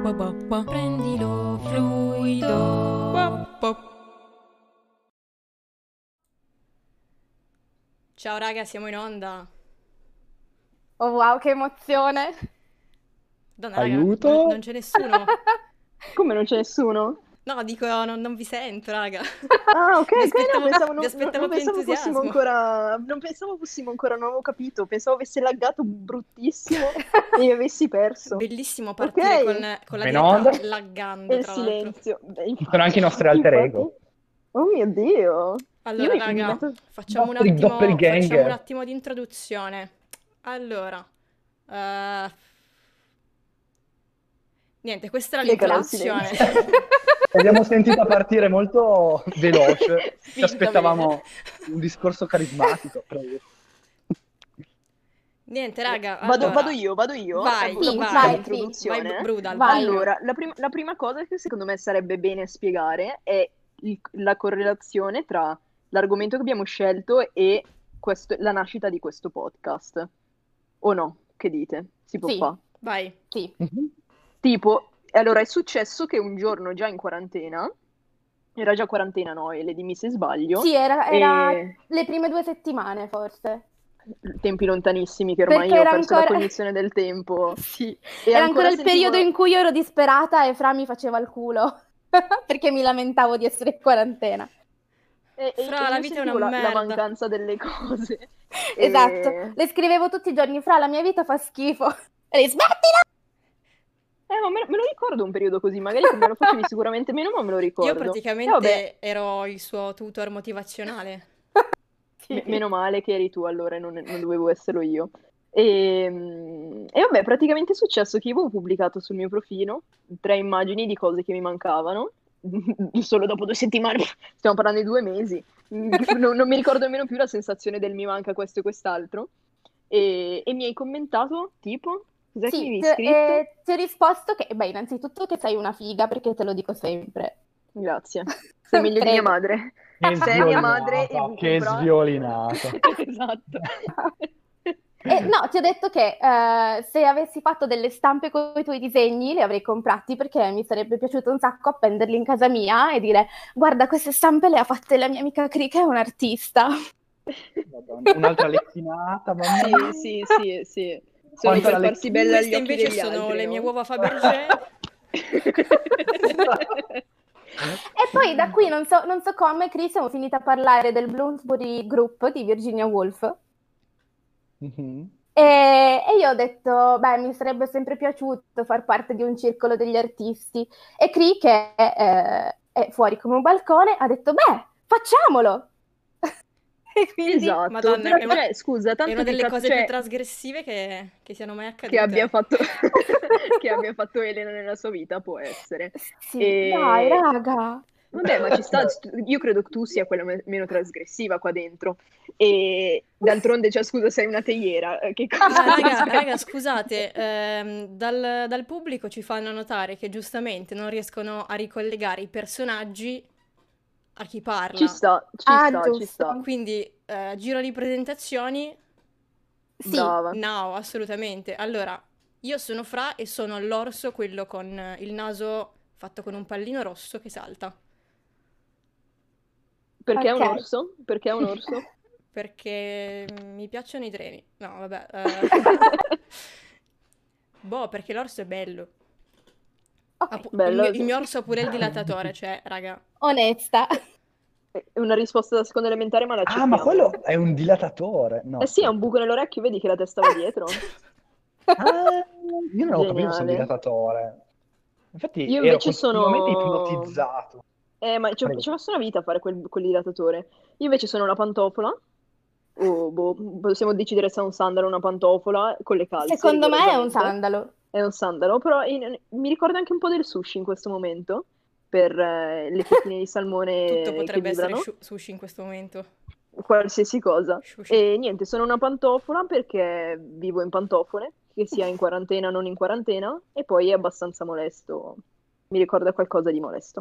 Prendilo fluido. Ciao raga, siamo in onda. Oh wow, che emozione! Donna, raga, Aiuto? non c'è nessuno. Come non c'è nessuno? No, dico, non vi sento, raga. Ah, ok, Mi ok, no, aspettavo, mi non, aspettavo non più pensavo fossimo entusiasmo. ancora, non pensavo fossimo ancora, non avevo capito, pensavo avesse laggato bruttissimo e mi avessi perso. Bellissimo Ok, partire con la In diretta onda? e laggando, il tra l'altro. silenzio. Beh, Sono anche i nostri alter infatti. ego. Oh mio Dio. Io Allora, mi raga, metto... facciamo un attimo Doppelganger. di introduzione. Allora, eh, niente, questa era Che cala il l'introduzione. silenzio. L'abbiamo sentita partire molto veloce. Ci Spinta, aspettavamo un discorso carismatico. Prego. Niente, raga, Vado allora, io. vai, Dopo Sì, questa vai, vai, introduzione. vai, Brudal, vai. proprio. Allora, la prima cosa che secondo me sarebbe bene spiegare è la correlazione tra l'argomento che abbiamo scelto e la nascita di questo podcast. O no? Che dite? Si può Sì, fare? Vai. sì. Mhm. Tipo, allora è successo che un giorno già in quarantena, era già quarantena, no? Ele, dimmi se sbaglio, Sì, era e le prime 2 settimane forse. tempi lontanissimi che ormai Perché io ho era perso la ancora... cognizione del tempo. Sì, E era ancora ancora il periodo sentivo... in cui io ero disperata e Fra mi faceva il culo perché mi lamentavo di essere in quarantena. E Fra, la io vita è una sentivo la merda. mancanza delle cose. Esatto, E... le scrivevo tutti i giorni, Fra, la mia vita fa schifo. E lei, smettila! ma me lo ricordo un periodo così, magari me lo facevi sicuramente meno, ma me lo Io ricordo. E vabbè, praticamente ero il suo tutor motivazionale. Sì. meno male che eri tu allora e non dovevo esserlo io. E vabbè, praticamente è successo che io avevo pubblicato sul mio profilo 3 immagini di cose che mi mancavano, solo dopo 2 settimane, stiamo parlando di 2 mesi, non mi ricordo nemmeno più la sensazione del mi manca questo e quest'altro, e mi hai commentato, tipo, cos'è che mi Sì, avevi scritto? ti ho risposto che, beh, innanzitutto che sei una figa perché te lo dico sempre. Grazie, sei meglio di mia Prego. madre. Che Sei mia madre e sviolinata, che Vucupra. sviolinata. Esatto. No, ti ho detto che se avessi fatto delle stampe con i tuoi disegni le avrei comprati perché mi sarebbe piaciuto un sacco appenderli in casa mia e dire guarda, queste stampe le ha fatte la mia amica Cri che è un'artista. Madonna, un'altra lectinata, mamma mia. Sì. Solo Quanto per era farsi bella agli Queste occhi invece degli sono altri, le mie no? uova Fabergé. E poi da qui non so come, Cri, siamo finiti a parlare del Bloomsbury Group di Virginia Woolf. Mhm. E io ho detto, beh, mi sarebbe sempre piaciuto far parte di un circolo degli artisti. E Cri, che è fuori come un balcone, ha detto, beh, facciamolo! E quindi... Esatto, Madonna, però, cioè, scusa, è una tanto che delle cazzo, cose più cioè, trasgressive che siano mai che abbia accadute. fatto, che abbia fatto Elena nella sua vita, può essere. Sì, dai, E... raga! Vabbè, ma ci sta, io credo che tu sia quella meno trasgressiva qua dentro. E d'altronde, cioè, scusa, sei una teiera, che cosa Ah, ti raga, aspetti? scusate, dal pubblico ci fanno notare che giustamente non riescono a ricollegare i personaggi a chi Ci parla. sta, Ah, ci giusto. sta. Quindi, giro di presentazioni, Sì, Brava. no, assolutamente. Allora, io sono Fra e sono l'orso, quello con il naso fatto con un pallino rosso che salta. Perché è un ok. orso? Perché è un orso? Perché mi piacciono i treni. No, vabbè. Boh, perché l'orso è bello. Ok, Bello. Il mio orso ha pure il dilatatore, cioè, raga. onesta. È una risposta da seconda elementare, ma Ah, ma l'accettiamo. quello è un dilatatore. No, Eh sì, ha un aspetta. buco nell'orecchio, vedi che la testa va dietro? Ah, io non avevo capito fosse un Geniale. dilatatore. Infatti Io ero invece continuamente sono... ipnotizzato. Ma Prego. ci ho messo una vita a fare quel dilatatore. Io invece sono una pantofola, o boh, possiamo decidere se è un sandalo o una pantofola, con le calze Secondo me è un rigorosamente. sandalo. È un sandalo, però mi ricorda anche un po' del sushi in questo momento, per le fettine di Tutto salmone che potrebbe essere vibrano, sushi in questo momento. qualsiasi cosa. Sushi. E niente, sono una pantofola perché vivo in pantofole, che sia in quarantena o non in quarantena, e poi è abbastanza molesto. Mi ricorda qualcosa di molesto.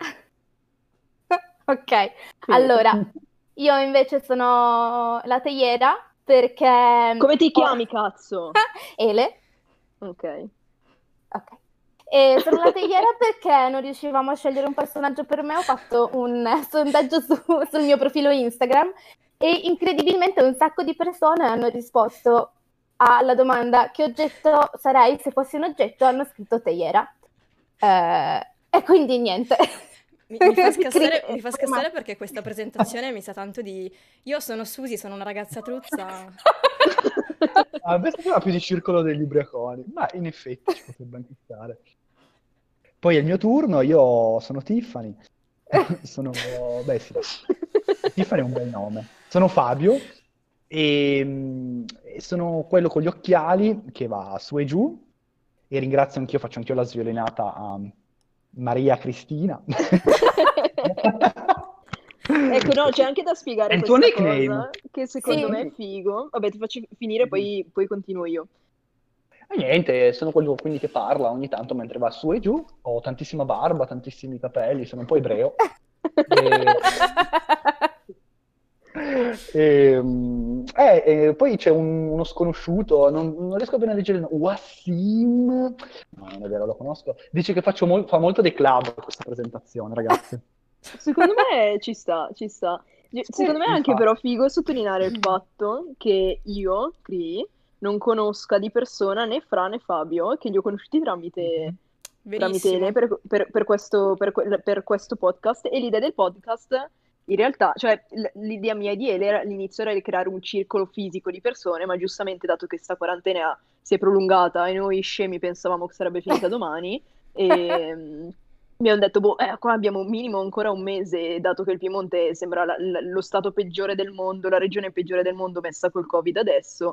Ok, Finito. allora, io invece sono la teiera perché Come ti ho... chiami, cazzo? Ele, Ok. ok. E sono una teiera perché non riuscivamo a scegliere un personaggio per me. Ho fatto un sondaggio sul mio profilo Instagram e incredibilmente un sacco di persone hanno risposto alla domanda che oggetto sarei se fossi un oggetto, hanno scritto teiera. E quindi niente. Mi fa scassare perché questa presentazione mi sa tanto di... Io sono Susi, sono una ragazza truzza. A me sembrava più di circolo degli ubriaconi, ma in effetti ci potrebbe anche stare. Poi è il mio turno, io sono Tiffany. Sono... Beh sì, Tiffany è un bel nome. Sono Fabio e sono quello con gli occhiali che va su e giù e ringrazio anch'io, faccio anch'io la sviolinata a Maria Cristina. Ecco, no, c'è anche da spiegare È il tuo questa nickname? cosa, che secondo Sì. me è figo. Vabbè, ti faccio finire, poi continuo io. E niente, sono quello quindi che parla ogni tanto mentre va su e giù. Ho tantissima barba, tantissimi capelli, sono un po' ebreo. Poi c'è uno sconosciuto, non riesco bene a leggere il nome. Wassim? No, non è vero, lo conosco. Dice che fa molto dei club questa presentazione, ragazzi. Secondo me ci sta, ci sta. Secondo me è anche infatti. però figo sottolineare il fatto che io, Cri, non conosca di persona né Fra né Fabio, che li ho conosciuti tramite Verissimo. Ele per questo podcast, e l'idea del podcast in realtà, cioè l'idea mia di Ele all'inizio era di creare un circolo fisico di persone, ma giustamente dato che sta quarantena si è prolungata e noi scemi pensavamo che sarebbe finita domani, e abbiamo detto, boh, qua abbiamo un minimo ancora un mese, dato che il Piemonte sembra lo stato peggiore del mondo, la regione peggiore del mondo messa col Covid adesso.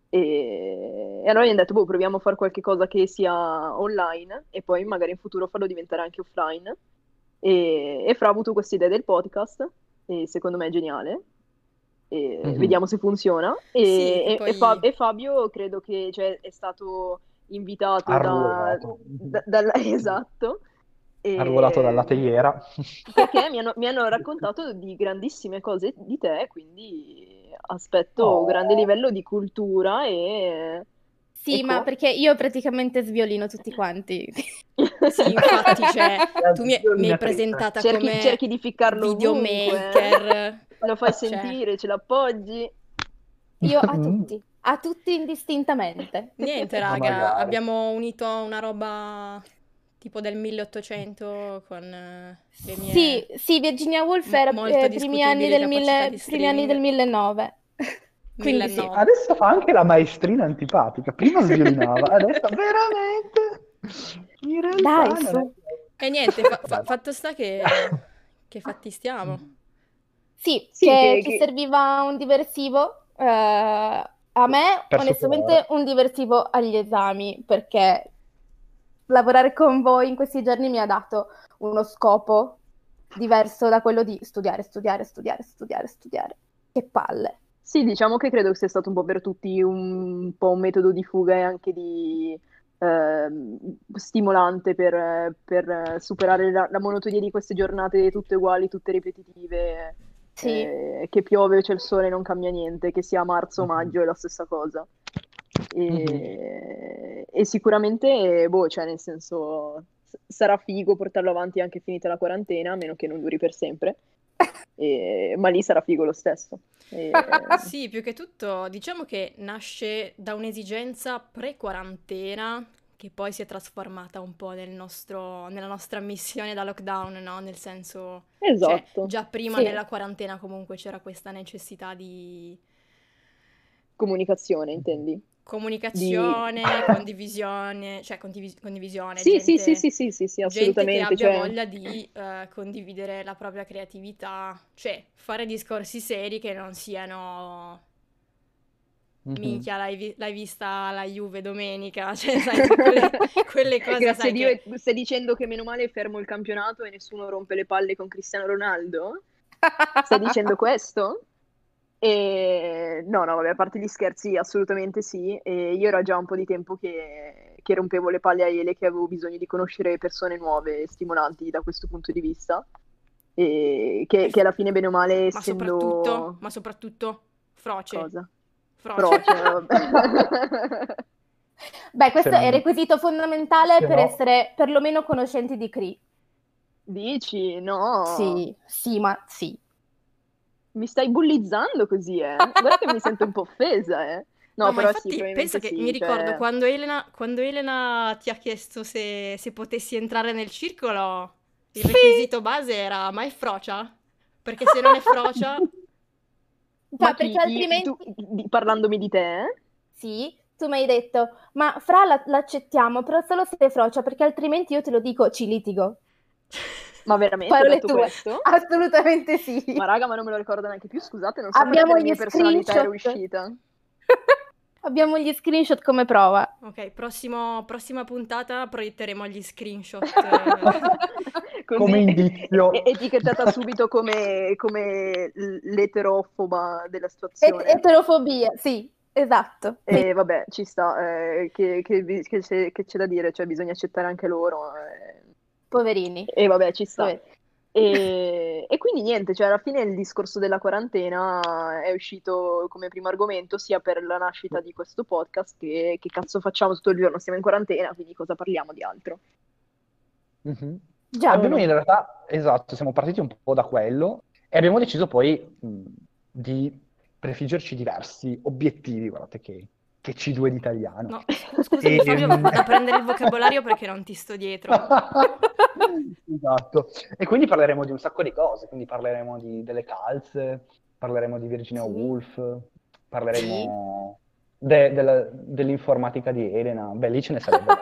E allora abbiamo detto, boh, proviamo a fare qualche cosa che sia online e poi magari in futuro farlo diventare anche offline. E Fra ha avuto questa idea del podcast e secondo me è geniale. E vediamo se funziona. Sì, che poi... E Fabio credo che cioè, è stato invitato Arruolato. esatto. Arruolato dalla teiera. Perché mi hanno raccontato di grandissime cose di te, quindi aspetto Oh. grande livello di cultura e... Sì, ecco. ma perché io praticamente sviolino tutti quanti. Sì, infatti, cioè, tu mi hai presentata come cerchi di ficcarlo videomaker. Lo fai Cioè, sentire, ce l'appoggi. Io a tutti indistintamente. niente, Ma raga, magari. abbiamo unito una roba tipo del 1800 con le mie Sì, Virginia Woolf era molto primi anni discutibili capacità di primi anni del streaming. 1900. Quindi sì. 1900. Adesso fa anche la maestrina antipatica. Prima sviolinava, adesso veramente. In realtà Dai, non è- su. E niente, Vabbè. fatto sta che fatti stiamo. Sì, Sì, che che- ci serviva un diversivo. A me, Per onestamente, superare. un diversivo agli esami, perché lavorare con voi in questi giorni mi ha dato uno scopo diverso da quello di studiare. Che palle. Sì, diciamo che credo che sia stato un po' per tutti un po' un metodo di fuga e anche di stimolante per superare la monotonia di queste giornate tutte uguali, tutte ripetitive, Sì. che piove, c'è il sole, non cambia niente, che sia marzo o maggio è la stessa cosa. E sicuramente, boh, cioè nel senso, sarà figo portarlo avanti anche finita la quarantena, a meno che non duri per sempre. Ma lì sarà figo lo stesso. Sì, più che tutto, diciamo che nasce da un'esigenza pre-quarantena che poi si è trasformata un po' nella nostra missione da lockdown, no? Nel senso, cioè, Esatto. già prima Sì. della quarantena comunque c'era questa necessità di Comunicazione, intendi? comunicazione, condivisione, cioè condivisione, Sì, sì, gente, sì, gente che assolutamente. abbia Cioè, voglia di condividere la propria creatività, cioè fare discorsi seri che non siano minchia, l'hai vista la Juve domenica, cioè sai, quelle cose, grazie a sai Dio, che... stai dicendo che meno male è fermo il campionato e nessuno rompe le palle con Cristiano Ronaldo? Stai dicendo questo? No, vabbè, a parte gli scherzi, assolutamente sì. E io era già un po' di tempo che rompevo le palle a Ele, che avevo bisogno di conoscere persone nuove e stimolanti da questo punto di vista. E che alla fine, bene o male, essendo... Ma soprattutto, Froce. Cosa? Froce. Vabbè. Beh, questo Se è non- requisito fondamentale se per no- essere perlomeno conoscenti di Cree. Dici? No. Sì, ma sì. Mi stai bullizzando così, Guarda che mi sento un po' offesa, No, No, ma però sì, infatti pensa probabilmente che mi sì, ricordo cioè... quando Elena ti ha chiesto se potessi entrare nel circolo, il Sì! requisito base era ma è frocia? Perché se non è frocia, Ma Cioè, perché tu, altrimenti... parlandomi di te? Sì, tu mi hai detto, ma Fra l'accettiamo, però solo se è frocia, perché altrimenti io te lo dico, ci litigo. Ma veramente ho Parole detto tue. questo? Assolutamente sì. Ma raga, ma non me lo ricordo neanche più, scusate, non so perché Abbiamo la gli mia personalità era screenshot. uscita. Abbiamo gli screenshot come prova. ok, prossima puntata proietteremo gli screenshot. Così, Come indizio. etichettata subito come l'eterofoba della situazione. Eterofobia, sì, esatto. Sì. E vabbè, ci sta, che c'è da dire, cioè bisogna accettare anche loro. Poverini. E vabbè, ci sta. Poverini. E quindi niente, cioè alla fine il discorso della quarantena è uscito come primo argomento sia per la nascita di questo podcast che cazzo facciamo tutto il giorno, siamo in quarantena, quindi cosa parliamo di altro? Mhm. Già. Abbiamo in realtà, esatto, siamo partiti un po' da quello e abbiamo deciso poi di prefiggerci diversi obiettivi, guardate che C2 di italiano. No, scusami Fabio, vado a prendere il vocabolario perché non ti sto dietro. Esatto. E quindi parleremo di un sacco di cose, quindi parleremo delle calze, parleremo di Virginia Sì. Woolf, parleremo dell'informatica di Elena, beh lì ce ne sarebbe.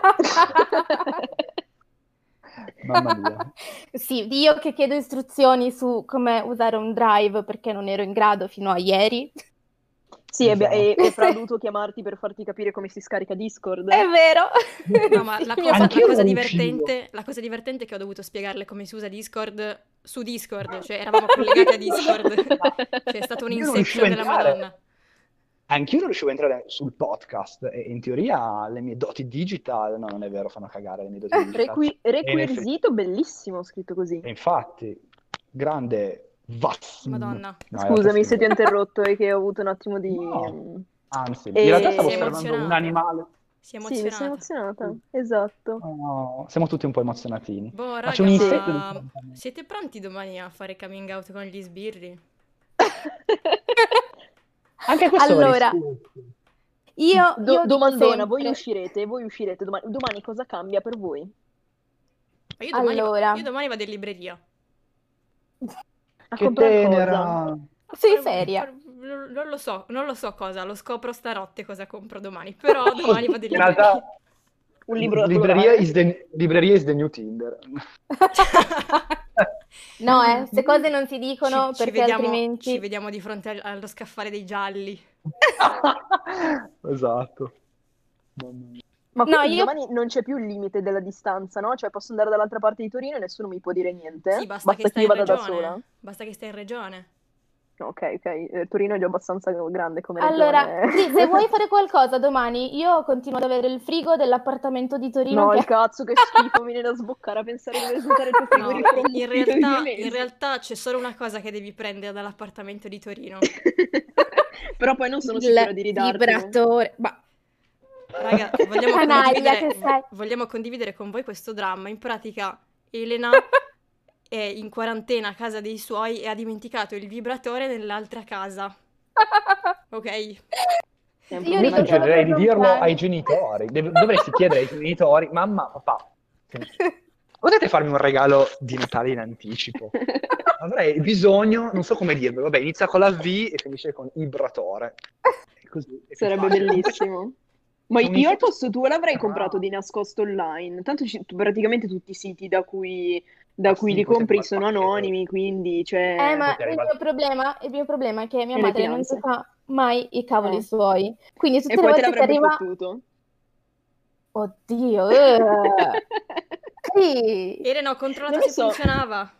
Mamma mia. Sì, io che chiedo istruzioni su come usare un drive perché non ero in grado fino a ieri. Sì, Esatto. e Fra ha dovuto chiamarti per farti capire come si scarica Discord. È vero. No, ma Sì, la Anch'io cosa non riuscivo. la cosa divertente è che ho dovuto spiegarle come si usa Discord su Discord, cioè eravamo collegati a Discord. Cioè, è stata Io non riuscivo un'inception a della entrare. Madonna. Anch'io non riuscivo a entrare sul podcast e in teoria le mie doti digital, no, non è vero, fanno cagare le mie doti digital. Requisito bellissimo scritto così. E infatti, grande Vassim. Madonna. No, Scusami se ti ho in interrotto e che ho avuto un attimo di... No. Anzi, in E- realtà stavo Si è osservando un emozionata. animale. Si è Sì, mi sono emozionata. emozionata, esatto. No, siamo tutti un po' emozionatini. Boh, Ma raga, c'è un insetto ma di- siete pronti domani a fare coming out con gli sbirri? Anche questo va Allora, risposto. io dico Domandona, sempre- voi uscirete domani cosa cambia per voi? Ma io domani, Allora. io domani vado in libreria. A Che comprare cosa? tenera. Sei seria? Non lo so cosa, lo scopro stanotte cosa compro domani, però domani vado in In libreria. realtà, Un libro da libreria colorare. libreria is the new Tinder. No, queste cose non si dicono Ci perché altrimenti... ci vediamo di fronte allo scaffale dei gialli. Esatto. Mamma mia. Ma No, quindi io- domani non c'è più il limite della distanza, no? Cioè posso andare dall'altra parte di Torino e nessuno mi può dire niente? Sì, basta che io stai in vada da regione. sola? Basta che stai in regione. Ok. Torino è già abbastanza grande come Allora, regione. sì, se vuoi fare qualcosa domani, io continuo ad avere il frigo dell'appartamento di Torino No, che... il cazzo, che schifo, mi viene da sboccare a pensare di risultare il tuo No, frigorifero in ammuffito di 2 mesi. realtà c'è solo una cosa che devi prendere dall'appartamento di Torino. Però poi non sono sicura di il ridartelo. vibratore. Ma Raga, Canaglia che sei. vogliamo condividere con voi questo dramma. In pratica, Elena è in quarantena a casa dei suoi e ha dimenticato il vibratore nell'altra casa. Ok? È un Io Io dico suggerirei di per dirlo comprare. ai genitori. Dovresti chiedere ai genitori, mamma, papà, potete farmi un regalo di Natale in anticipo? Avrei bisogno, non so come dirvelo, vabbè, inizia con la V e finisce con ibratore. Così, è più Sarebbe facile. bellissimo. Ma Un io al insetto- posto tuo l'avrei comprato di nascosto online. Tanto praticamente tutti i siti da cui Ah, sì, li poi compri ti sono arriva il pacchetto. anonimi, quindi cioè... Ma ti arriva il mio problema è che mia E le madre non fianze. si fa mai i cavoli Ah. suoi. Quindi tutte E le poi te volte che l'avrebbe arriva... fottuto. Oddio, sì. Elena, ho controllato Non lo se so. funzionava.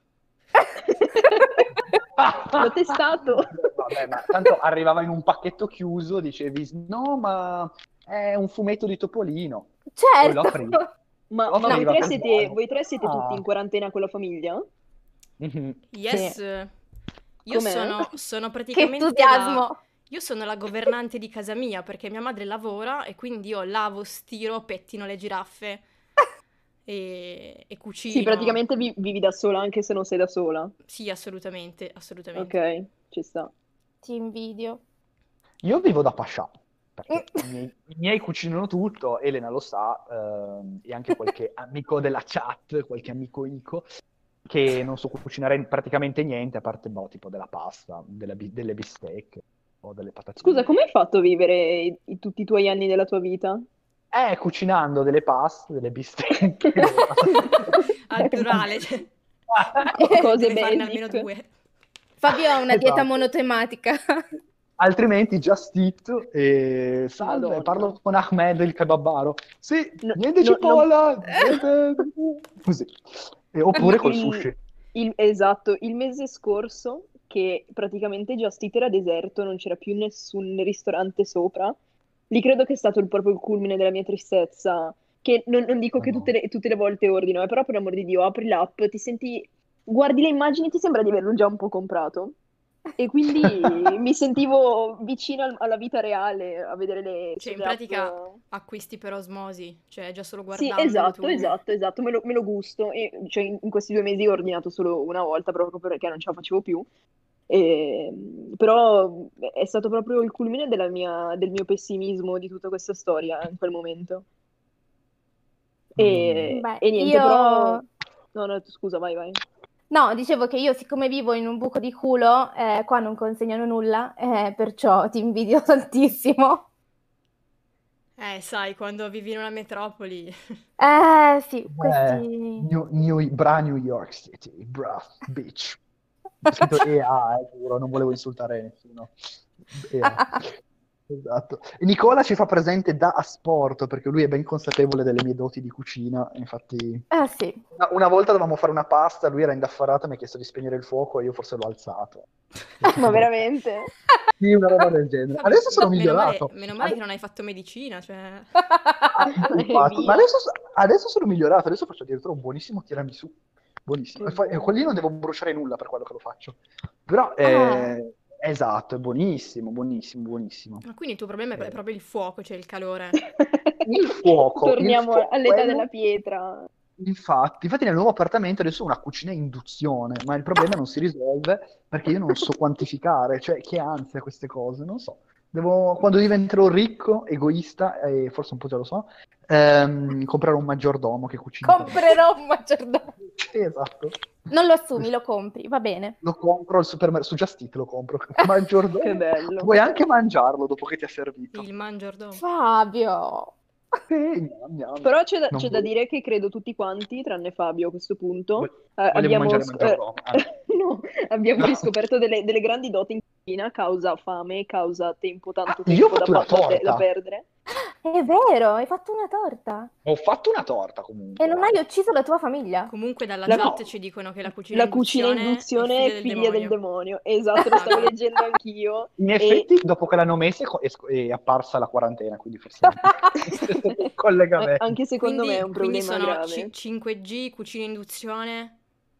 L'ho testato. Vabbè, ma tanto arrivava in un pacchetto chiuso, dicevi, no, ma è un fumetto di Topolino. Poi lo aprivi. Certo. Ma No, voi arriva tre col siete, buono. voi tre siete tutti in quarantena con la famiglia? Mhm. Yes. Io Com'è? sono Che praticamente entusiasmo. Io sono la governante di casa mia perché mia madre lavora e quindi io lavo, stiro, pettino le giraffe e cucino. Sì, praticamente vivi da sola anche se non sei da sola. Sì, assolutamente, assolutamente. Ok, ci sta. Ti invidio. Io vivo da pascià, perché i miei cucinano tutto, Elena lo sa, e anche qualche amico della chat, qualche amico Ico, che non so cucinare praticamente niente, a parte tipo della pasta, delle bistecche o delle patatine. Scusa, come hai fatto a vivere tutti i tuoi anni della tua vita? Cucinando delle paste, delle bistecche, delle patatine. Al plurale, cioè, Cose deve farne almeno basic. 2. Fabio ha una dieta Esatto. monotematica. Altrimenti Just Eat e salve, Madonna. parlo con Ahmed il kebabaro. Sì, No, niente no, cipolla, niente... Così. Oppure col Il- sushi. Esatto, il mese scorso che praticamente Just Eat era deserto, non c'era più nessun ristorante sopra. Lì credo che è stato proprio il culmine della mia tristezza. Che non dico che No. tutte le volte ordino, però per amor di Dio, apri l'app, ti senti, guardi le immagini, ti sembra di averlo già un po' comprato. E quindi mi sentivo vicina alla vita reale a vedere Cioè, in sulle app. pratica acquisti per osmosi, cioè già solo Sì, guardandolo tu. esatto, me lo gusto. E, cioè, in questi 2 mesi ho ordinato solo una volta proprio perché non ce la facevo più. Però è stato proprio il culmine del mio pessimismo di tutta questa storia in quel momento. Beh, E niente, però... No, scusa, vai. No, dicevo che io, siccome vivo in un buco di culo, qua non consegnano nulla, perciò ti invidio tantissimo. Sai, quando vivi in una metropoli. Sì, questi... New York City, bruh, bitch. Ho scritto EA, giuro, non volevo insultare nessuno. EA. Esatto. E Nicola ci fa presente da asporto, perché lui è ben consapevole delle mie doti di cucina. Infatti, Sì. una volta dovevamo fare una pasta, lui era indaffarato, mi ha chiesto di spegnere il fuoco e io forse l'ho alzato. Ma veramente? Sì, una roba del genere. Vabbè, Adesso sono meno male, migliorato. meno male che non hai fatto medicina, cioè... Infatti, Via. ma adesso sono migliorato, adesso faccio addirittura un buonissimo tiramisù. Buonissimo. E quelli non devo bruciare nulla per quello che lo faccio. Però, esatto, è buonissimo. Ma quindi il tuo problema è proprio il fuoco, cioè il calore. Il fuoco. Torniamo all'età quello- della pietra. Infatti nel nuovo appartamento adesso ho una cucina a induzione, ma il problema non si risolve perché io non so quantificare, cioè che ansia queste cose, non so. Quando diventerò ricco, egoista, e forse un po' già lo so, comprare un maggiordomo che cucina. Comprerò un maggiordomo. Sì, esatto. Non lo assumi, lo compri, va bene. Lo compro al supermercato, su Just Eat lo compro. Maggiordomo. Che bello. Puoi anche mangiarlo dopo che ti ha servito. Il maggiordomo. Fabio. Sì, gnam. Però c'è da Non c'è da voglio- dire che credo tutti quanti, tranne Fabio a questo punto, Volevo abbiamo, mangiare il maggiordomo. no, abbiamo No. riscoperto delle grandi doti in cucina, causa fame, causa tanto Io ho tempo fatto una da torta. perdere. È vero, hai fatto una torta. Ho fatto una torta comunque. E non hai ucciso la tua famiglia. Comunque dalla La- chat No. ci dicono che la cucina La cucina in induzione è è figlia del demonio. Esatto, lo stavo leggendo anch'io. In E- effetti, dopo che l'hanno messa è apparsa la quarantena, quindi forse è un collegamento. Anche secondo Quindi, me è un quindi problema sono grave. 5G, cucina induzione.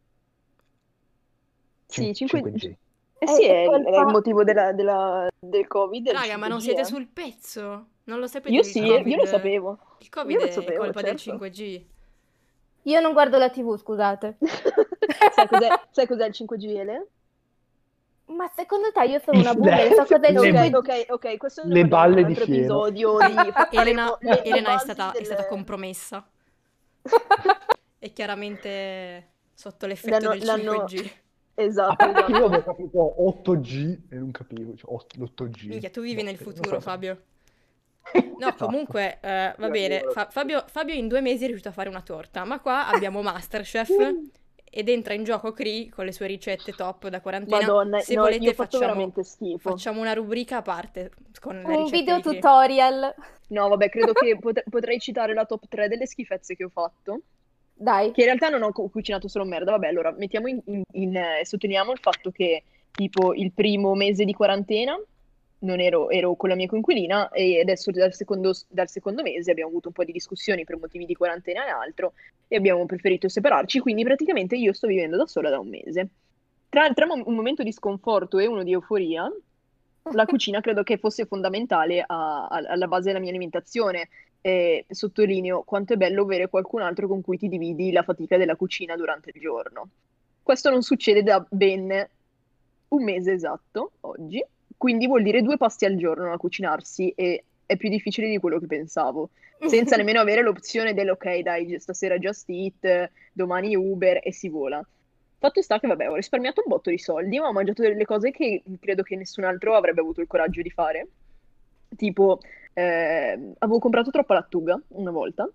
Sì, 5G. Eh sì, È è colpa- il motivo del Covid. è il Raga, ma non 5G, siete eh. sul pezzo? Non lo sapete Io che sì, il Covid... io lo sapevo. Il Covid Io lo è sapevo, colpa del certo. 5G. Io non guardo la TV, scusate. Sai cos'è il 5G, Ele? Ma secondo te io sono Il una boomer, so silenzio, cos'è il le- 5G? Ok, questo ne Le parliamo in balle un di altro fieno. episodio. Elena, Faremo le Elena è basi stata compromessa. È chiaramente sotto l'effetto del 5G. A Esatto, parte che io esatto. avevo capito 8G e non capivo, cioè, l'8G. Minchia, tu vivi nel Non futuro, so. Fabio. No, Esatto. comunque, va bene. Fabio in 2 mesi è riuscito a fare una torta, ma qua abbiamo Masterchef ed entra in gioco Cree con le sue ricette top da quarantena. Madonna, Se no, volete io ho fatto veramente schifo. facciamo una rubrica a parte con le Un ricette video di Cree. tutorial. No, vabbè, credo che potrei citare la top 3 delle schifezze che ho fatto. Dai. Che in realtà non ho cucinato solo merda. Vabbè, allora mettiamo sottolineiamo il fatto che tipo il primo mese di quarantena ero con la mia coinquilina e adesso dal secondo mese abbiamo avuto un po' di discussioni per motivi di quarantena e altro e abbiamo preferito separarci, quindi praticamente io sto vivendo da sola da un mese. Tra un momento di sconforto e uno di euforia, la cucina credo che fosse fondamentale alla base della mia alimentazione. E sottolineo quanto è bello avere qualcun altro con cui ti dividi la fatica della cucina durante il giorno. Questo non succede da ben un mese esatto, oggi, quindi vuol dire 2 pasti al giorno a cucinarsi e è più difficile di quello che pensavo, senza nemmeno avere l'opzione ok, dai, stasera Just Eat, domani Uber e si vola. Fatto sta che, vabbè, ho risparmiato un botto di soldi, ma ho mangiato delle cose che credo che nessun altro avrebbe avuto il coraggio di fare. Tipo, avevo comprato troppa lattuga una volta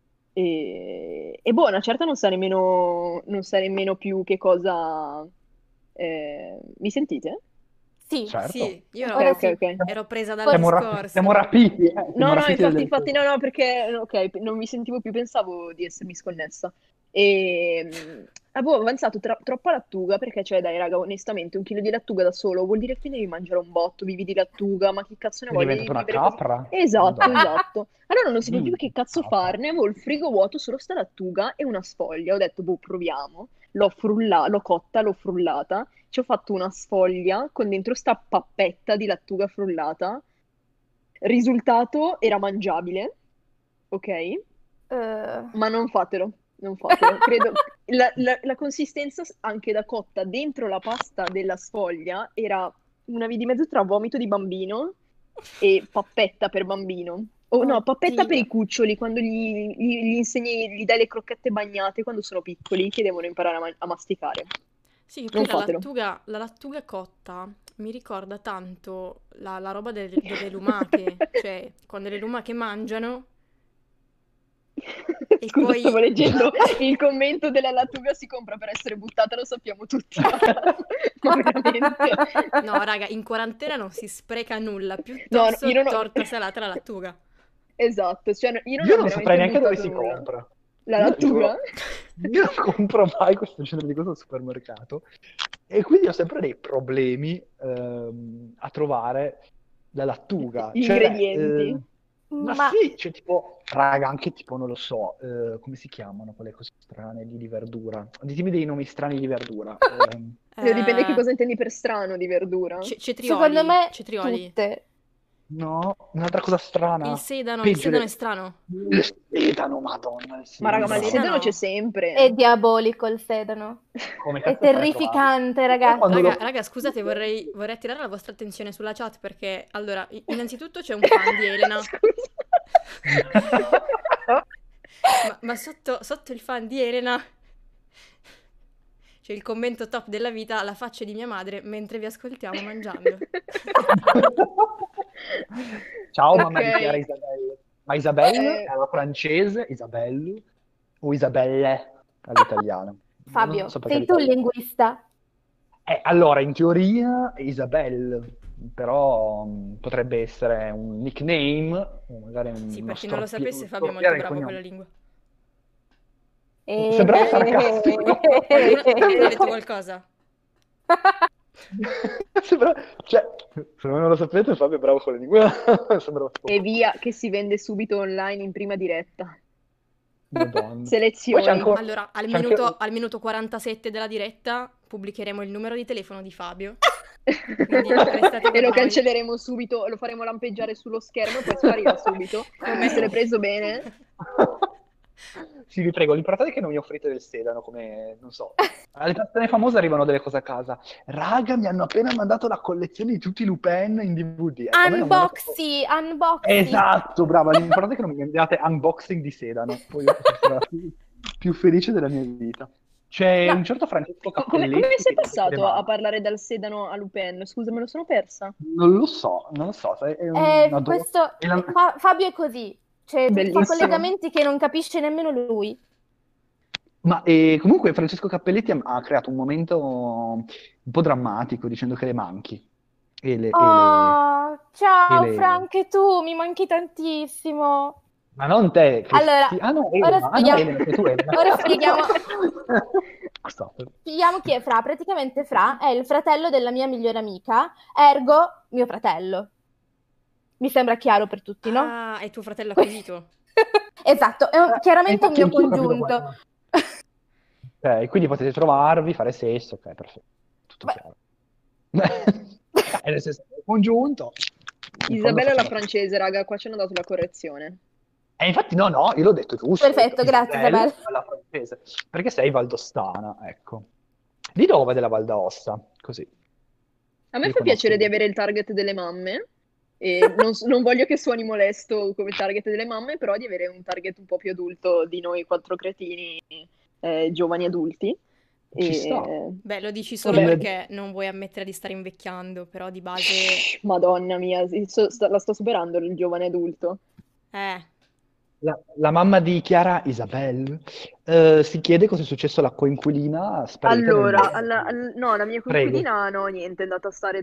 e boh, una certa non sa nemmeno più che cosa... mi sentite? Sì, Certo. Sì, io ora Ok, sì. ok. ero presa dal Siamo discorso. rapiti, siamo No, rapiti infatti, no, perché, ok, non mi sentivo più, pensavo di essermi sconnessa. E avevo avanzato troppa lattuga, perché, cioè, dai, raga, onestamente, 1 chilo di lattuga da solo vuol dire che devi mangiare un botto, vivi di lattuga, ma che cazzo ne È voglio di diventata una vivere così? capra? Esatto, Madonna. esatto. Allora non sapevo più Mm, che cazzo capra. farne, avevo il frigo vuoto, solo sta lattuga e una sfoglia. Ho detto, boh, proviamo. L'ho cotta, l'ho frullata, ci ho fatto una sfoglia con dentro sta pappetta di lattuga frullata. Risultato era mangiabile, ok? Ma non fatelo, non fatelo. Credo la consistenza anche da cotta dentro la pasta della sfoglia era una via di mezzo tra vomito di bambino e pappetta per bambino. O no, pappetta per Oddio. i cuccioli, quando gli insegni, gli dai le crocchette bagnate quando sono piccoli, che devono imparare a masticare. Sì, Non poi fatelo. la lattuga cotta mi ricorda tanto la roba delle lumache, cioè quando le lumache mangiano e Scusa, poi... stavo leggendo il commento della lattuga si compra per essere buttata, lo sappiamo tutti, ma veramente. No, raga, in quarantena non si spreca nulla, No, piuttosto io non ho... torta salata alla lattuga. Esatto, cioè io non Io ho non saprei veramente neanche dove buttato si nulla. compra. La Io lattuga? io non compro mai questo genere di cose al supermercato e quindi ho sempre dei problemi a trovare la lattuga. Gli Cioè, ingredienti. ma Ma sì, cioè tipo, raga, anche tipo, non lo so, come si chiamano quelle cose strane lì di verdura? Ditemi dei nomi strani di verdura. Dipende che Eh, cosa intendi per strano di verdura. secondo cetrioli, me cetrioli. tutte. No, un'altra cosa strana. Il Peggio sedano è strano. il sedano, madonna, il Ma raga, Il ma il sedano. sedano c'è sedano... sempre. È diabolico il sedano. Come È cazzo fai a trovarlo? terrificante, Poi ragazzi. quando Raga, scusate, vorrei attirare la vostra attenzione sulla chat perché, allora, innanzitutto c'è un fan di Elena, Scusa. ma sotto il fan di Elena c'è il commento top della vita, la faccia di mia madre mentre vi ascoltiamo mangiando. Ciao mamma di Chiara Ok. Isabelle. Ma Isabelle è Eh, alla francese, Isabelle o Isabelle all'italiano? Non Fabio, so perché sei tu il l'italiano. linguista? Allora, in teoria è Isabelle, però potrebbe essere un nickname, o magari Sì, uno per chi non lo sapesse, Fabio è molto storpiare il bravo con la cognome. lingua. Sembrava sarcastico. Qualcuno ha detto qualcosa? Cioè, se voi non lo sapete, Fabio è bravo con le lingue. Sembrava e poco. via, che si vende subito online in prima diretta. Madonna. Poi c'è Selezioni. ancora... Allora, C'è anche... al minuto 47 della diretta pubblicheremo il numero di telefono di Fabio. Quindi restate E con lo noi. cancelleremo subito, lo faremo lampeggiare sullo schermo e poi sparirà subito. Come? Chi se l'è preso bene? Sì, vi prego, l'importante è che non mi offrite del sedano, come, non so, alle persone famose arrivano delle cose a casa. Raga, mi hanno appena mandato la collezione di tutti i Lupin in DVD. Ecco, a me non mandato... Unboxy. Esatto, brava, l'importante è che non mi mandiate unboxing di sedano, poi io sarò più felice della mia vita. C'è No, un certo Francesco Come Cappelletti sei che dice che le passato a manca. parlare dal sedano a Lupin? Scusa, me lo sono persa. Non lo so, è un adoro. Fabio è così, cioè fa Bellissimo. collegamenti che non capisce nemmeno lui. Ma comunque Francesco Cappelletti ha creato un momento un po' drammatico dicendo che le manchi. E le, e le- Oh, e ciao le- Frank, tu mi manchi tantissimo. Ma non te, Allora, Cristi. Ah no, ora Elena. Ah no, spieghiamo, Elena, sei tu, Elena. ora spieghiamo, Scusate. spieghiamo chi è Fra. Praticamente Fra è il fratello della mia migliore amica, ergo mio fratello. Mi sembra chiaro per tutti, no? Ah, è tuo fratello acquisito. Esatto, è chiaramente un Infatti mio anch'io ho capito congiunto. quello. Ok, quindi potete trovarvi, fare sesso, ok, perfetto. Tutto Beh. chiaro. Nel senso, congiunto. In fondo Isabella è la facciamo- francese, raga, qua ci hanno dato la correzione. infatti no, io l'ho detto giusto. Perfetto, ho detto grazie, Isabella. alla francese, perché sei valdostana, ecco. Di dove della Val d'Aosta? Così. A me Io fa conosco piacere di bene. avere il target delle mamme, e non voglio che suoni molesto come target delle mamme, però di avere un target un po' più adulto di noi quattro cretini, giovani adulti. Ci sta. Beh, lo dici solo Il- perché non vuoi ammettere di stare invecchiando, però di base... Madonna mia, la sto superando il giovane adulto. La mamma di Chiara, Isabelle, si chiede cosa è successo alla coinquilina sparita Allora, nel... no, la mia Prego. coinquilina no, niente, è andata a stare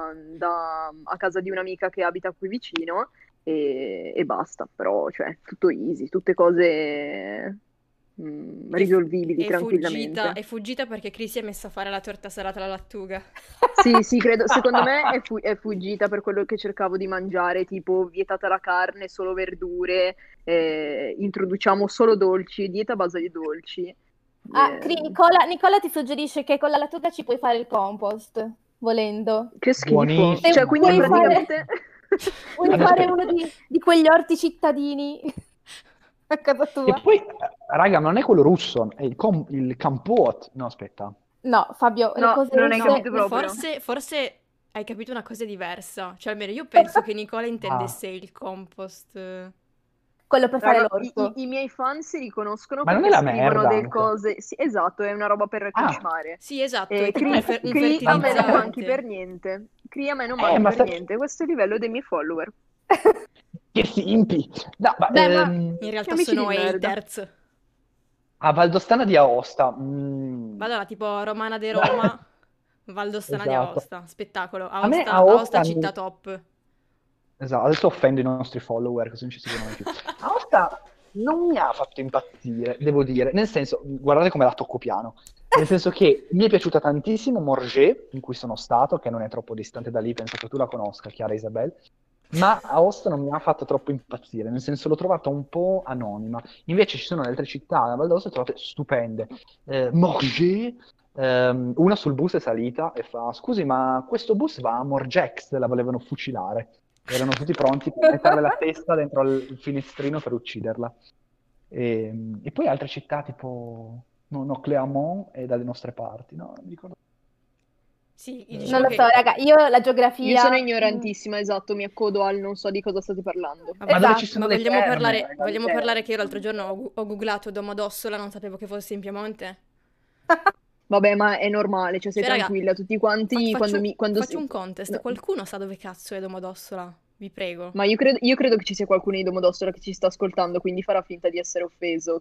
a casa di un'amica che abita qui vicino e basta, però, cioè, tutto easy, tutte cose risolvibili tranquillamente. È fuggita perché Chris si è messa a fare la torta salata alla lattuga. Sì, credo, secondo me è fuggita per quello che cercavo di mangiare, tipo vietata la carne, solo verdure, introduciamo solo dolci, dieta a base di dolci. Nicola ti suggerisce che con la lattuga ci puoi fare il compost, volendo. Che schifo. Buonissimo. Cioè, quindi Puoi praticamente... Vuoi Allora, fare aspetta. uno di quegli orti cittadini a casa E tua? poi, raga, ma non è quello russo, è il Campot. No, aspetta. No, Fabio, le No, cose non hai russe... capito proprio. Forse hai capito una cosa diversa. Cioè, almeno io penso che Nicola intendesse il compost. Quello per fare Raga, l'orto. i miei fan si riconoscono Ma non perché è la scrivono merda delle anche? cose. Sì, esatto, è una roba per Ah, consumare. Sì, esatto, è tipo un Cri, a me non manchi fertilizzante. per niente. Cri, a me non manchi ma per niente. Questo è il livello dei miei follower. che simpi. No, ma, Beh, ma In realtà amici sono di merda. haters. a Valdostana di Aosta. Allora, tipo Romana de Roma, Valdostana di Esatto. Aosta, spettacolo. A me Aosta Aosta città top. Esatto, adesso offendo i nostri follower, così non ci seguono mai più. Aosta non mi ha fatto impazzire, devo dire, nel senso, guardate come la tocco piano, nel senso che mi è piaciuta tantissimo Morges, in cui sono stato, che non è troppo distante da lì, penso che tu la conosca, Chiara Isabel, ma Aosta non mi ha fatto troppo impazzire, nel senso l'ho trovata un po' anonima. Invece ci sono le altre città, la Val d'Aosta, trovate stupende. Morges, una sul bus è salita e fa, scusi, ma questo bus va a Morgex, la volevano fucilare. Erano tutti pronti per metterle la testa dentro il finestrino per ucciderla. E poi altre città tipo Clermont e dalle nostre parti, no? Non mi ricordo. Sì, non diciamo lo so, che... raga, io la Io geografia... sono ignorantissima, esatto, mi accodo al non so di cosa state parlando. Ma dove ci Esatto. sono Ma le vogliamo terme, parlare, raga, le vogliamo terme. parlare che io l'altro giorno ho googlato Domodossola, non sapevo che fosse in Piemonte. Vabbè, ma è normale, cioè sei Cioè, raga, tranquilla, tutti quanti faccio un contest. no. Qualcuno sa dove cazzo è Domodossola? Vi prego. Ma io credo che ci sia qualcuno di Domodossola che ci sta ascoltando, quindi farà finta di essere offeso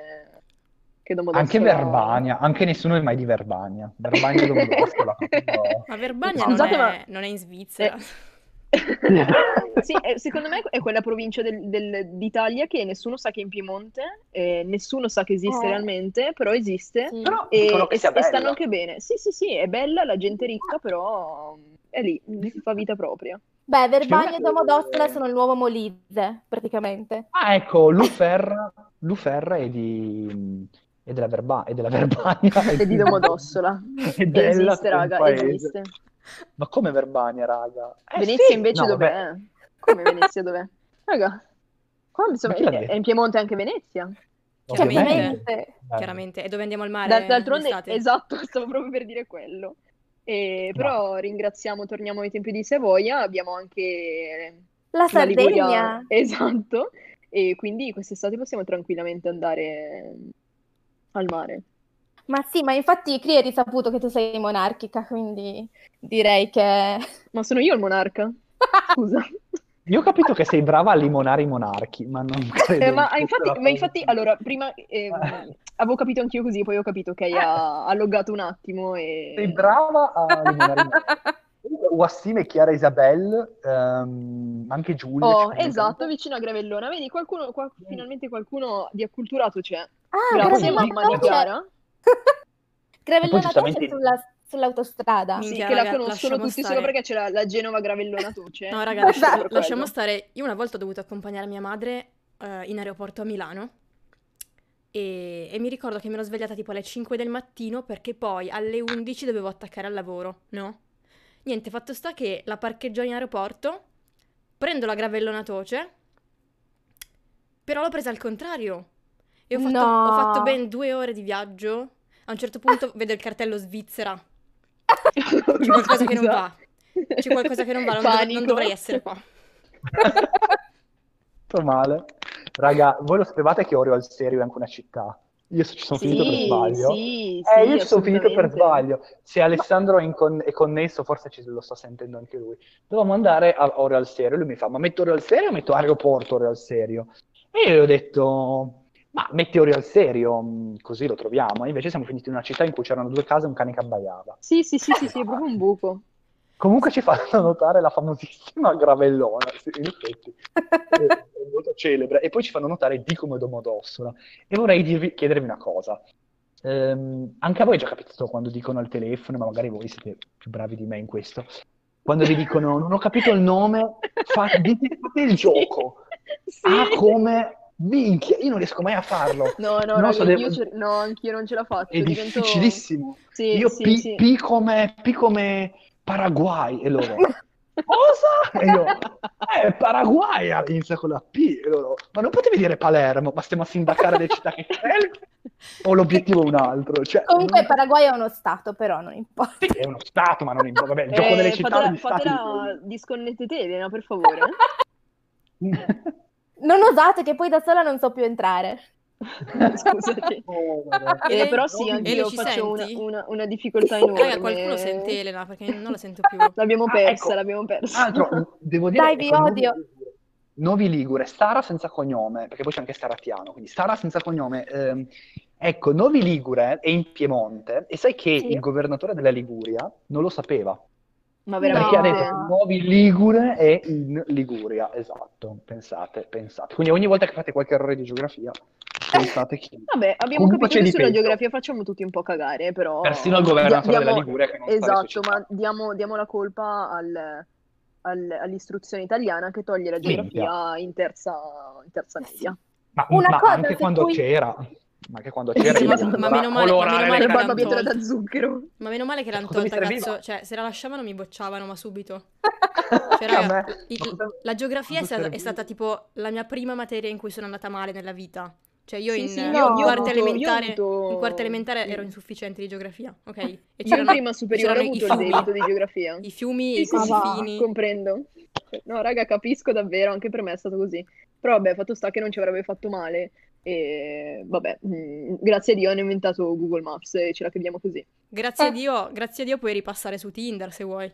che Anche Domodossola... Verbania, anche nessuno è mai di Verbania. Verbania e Domodossola. proprio- Ma Verbania non Scusate, ma... non è in Svizzera. Sì, secondo me è quella provincia d'Italia che nessuno sa che è in Piemonte, nessuno sa che esiste realmente, però esiste Sì. Però dicono che sia e stanno bella. anche bene. Sì, è bella, la gente è ricca, però è lì, si fa vita propria. Beh, Verbania e Sicuramente- Domodossola sono il nuovo Molise, praticamente. Ah, ecco, Luferra è della è della Verbania. E di Domodossola. È della Esiste, un raga, paese. esiste. Ma come Verbania, raga? Venezia Sì! invece No, vabbè. dov'è? Come Venezia dov'è? Raga, qua Ma chi l'ha è detto? in Piemonte anche Venezia. Chiaramente. Chiaramente. E dove andiamo al mare D'altronde, d'estate? esatto, stavo proprio per dire quello. No. Però torniamo ai tempi di Savoia, abbiamo anche La la Liguria, Sardegna. esatto, e quindi quest'estate possiamo tranquillamente andare al mare. Ma sì, ma infatti qui è risaputo che tu sei monarchica, quindi direi che... Ma sono io il monarca? Scusa. Io ho capito che sei brava a limonare i monarchi, ma non credo Ma fosse la infatti, cosa- allora, prima avevo capito anch'io così, poi ho capito che ha loggato un attimo Sei e... brava a limonare i monarchi. Wassim e Chiara Isabel, anche Giulia ci Oh, comunica un esatto, po'. vicino a Gravellona. Vedi, finalmente qualcuno di acculturato c'è. Ah, Grazie, Gravellona mamma di c'è. Chiara. Gravellona c'è giustamente- sull'autostrada. Sì, Minchia, che la raga, conoscono lasciamo tutti solo stare. perché c'è la Genova Gravellona Toce. No, raga, Esatto. Per lasciamo quello. stare. Io una volta ho dovuto accompagnare mia madre in aeroporto a Milano e mi ricordo che mi ero svegliata tipo alle 5 del mattino perché poi alle 11 dovevo attaccare al lavoro, no? Niente, fatto sta che la parcheggio in aeroporto, prendo la gravellona Toce, però l'ho presa al contrario. E ho fatto ben 2 ore di viaggio. A un certo punto vedo il cartello Svizzera. C'è qualcosa che non va. C'è qualcosa che non va, non dovrei essere qua. Sto male. Raga, voi lo sapevate che Orio al serio è anche una città? Io ci sono finito per sbaglio. Sì, Io ci sono finito per assolutamente. sbaglio. Se Alessandro è connesso, forse lo sta sentendo anche lui. Dovevamo andare a Orio al serio. Lui mi fa, ma metto Orio al serio o metto aeroporto Orio al serio? E io gli ho detto, ma metti Orio al serio, così lo troviamo. E invece siamo finiti in una città in cui c'erano 2 case e un cane che abbaiava. Sì, è proprio un buco. Comunque ci fanno notare la famosissima gravellona, sì, in effetti, è molto celebre, e poi ci fanno notare D come Domodossola. E vorrei chiedervi una cosa. Anche a voi è già capitato quando dicono al telefono, ma magari voi siete più bravi di me in questo, quando vi dicono non ho capito il nome, fate il gioco. Sì. Come minchia, io non riesco mai a farlo. No, Non raga, so, no, anch'io non ce la faccio. è difficilissimo. Sì, Io sì. P come Paraguay e loro cosa? E io Paraguay inizia con la P e loro ma non potevi dire Palermo, ma stiamo a sindacare le città che scelgo? O l'obiettivo è un altro? Cioè, Comunque Paraguay è uno stato, però non importa. è uno stato, ma non importa. Vabbè, il gioco delle città degli stati. Fatela disconnettete, Elena, per favore. Non osate che poi da sola non so più entrare. Scusate. Però sì, anche io faccio una difficoltà enorme. Raga, qualcuno sente Elena, perché non la sento più. L'abbiamo persa, ecco. l'abbiamo persa. Altro, devo dire, Dai, vi odio. Novi Ligure, Stara senza cognome, perché poi c'è anche Staratiano, quindi Stara senza cognome. Ecco, Novi Ligure è in Piemonte, e sai che Sì. il governatore della Liguria non lo sapeva. Ma Perché veramente? ha detto Novi Ligure è in Liguria, esatto, pensate. Quindi ogni volta che fate qualche errore di geografia, pensate che... Vabbè, abbiamo Comunque capito c'è che di sulla peggio. geografia facciamo tutti un po' cagare, però... Persino il governatore della Liguria che non sta alle sue Esatto, città. ma diamo la colpa all'istruzione italiana che toglie la geografia in terza media. Ma cosa anche se quando poi- c'era... Ma che quando c'era... Ma meno male Le che l'hanno barbabietole tolto. da zucchero. Ma meno male che l'hanno cosa mi tolta, serviva? cazzo. Cioè, se la lasciavano mi bocciavano, ma subito. Anche Cioè, a raga, me. la geografia cosa è serviva? stata tipo la mia prima materia in cui sono andata male nella vita. Cioè, io Sì, in sì, in io ho quarta avuto- elementare ero insufficiente di geografia, ok? E Io in prima superiore ho c'erano i avuto il fiumi, debito di geografia. i fiumi, Sì, i sì, sì, confini. comprendo. No, raga, capisco davvero, anche per me è stato così. Però vabbè, fatto sta che non ci avrebbe fatto male. E vabbè, grazie a Dio hanno inventato Google Maps e ce la caviamo così. Grazie a Dio puoi ripassare su Tinder se vuoi.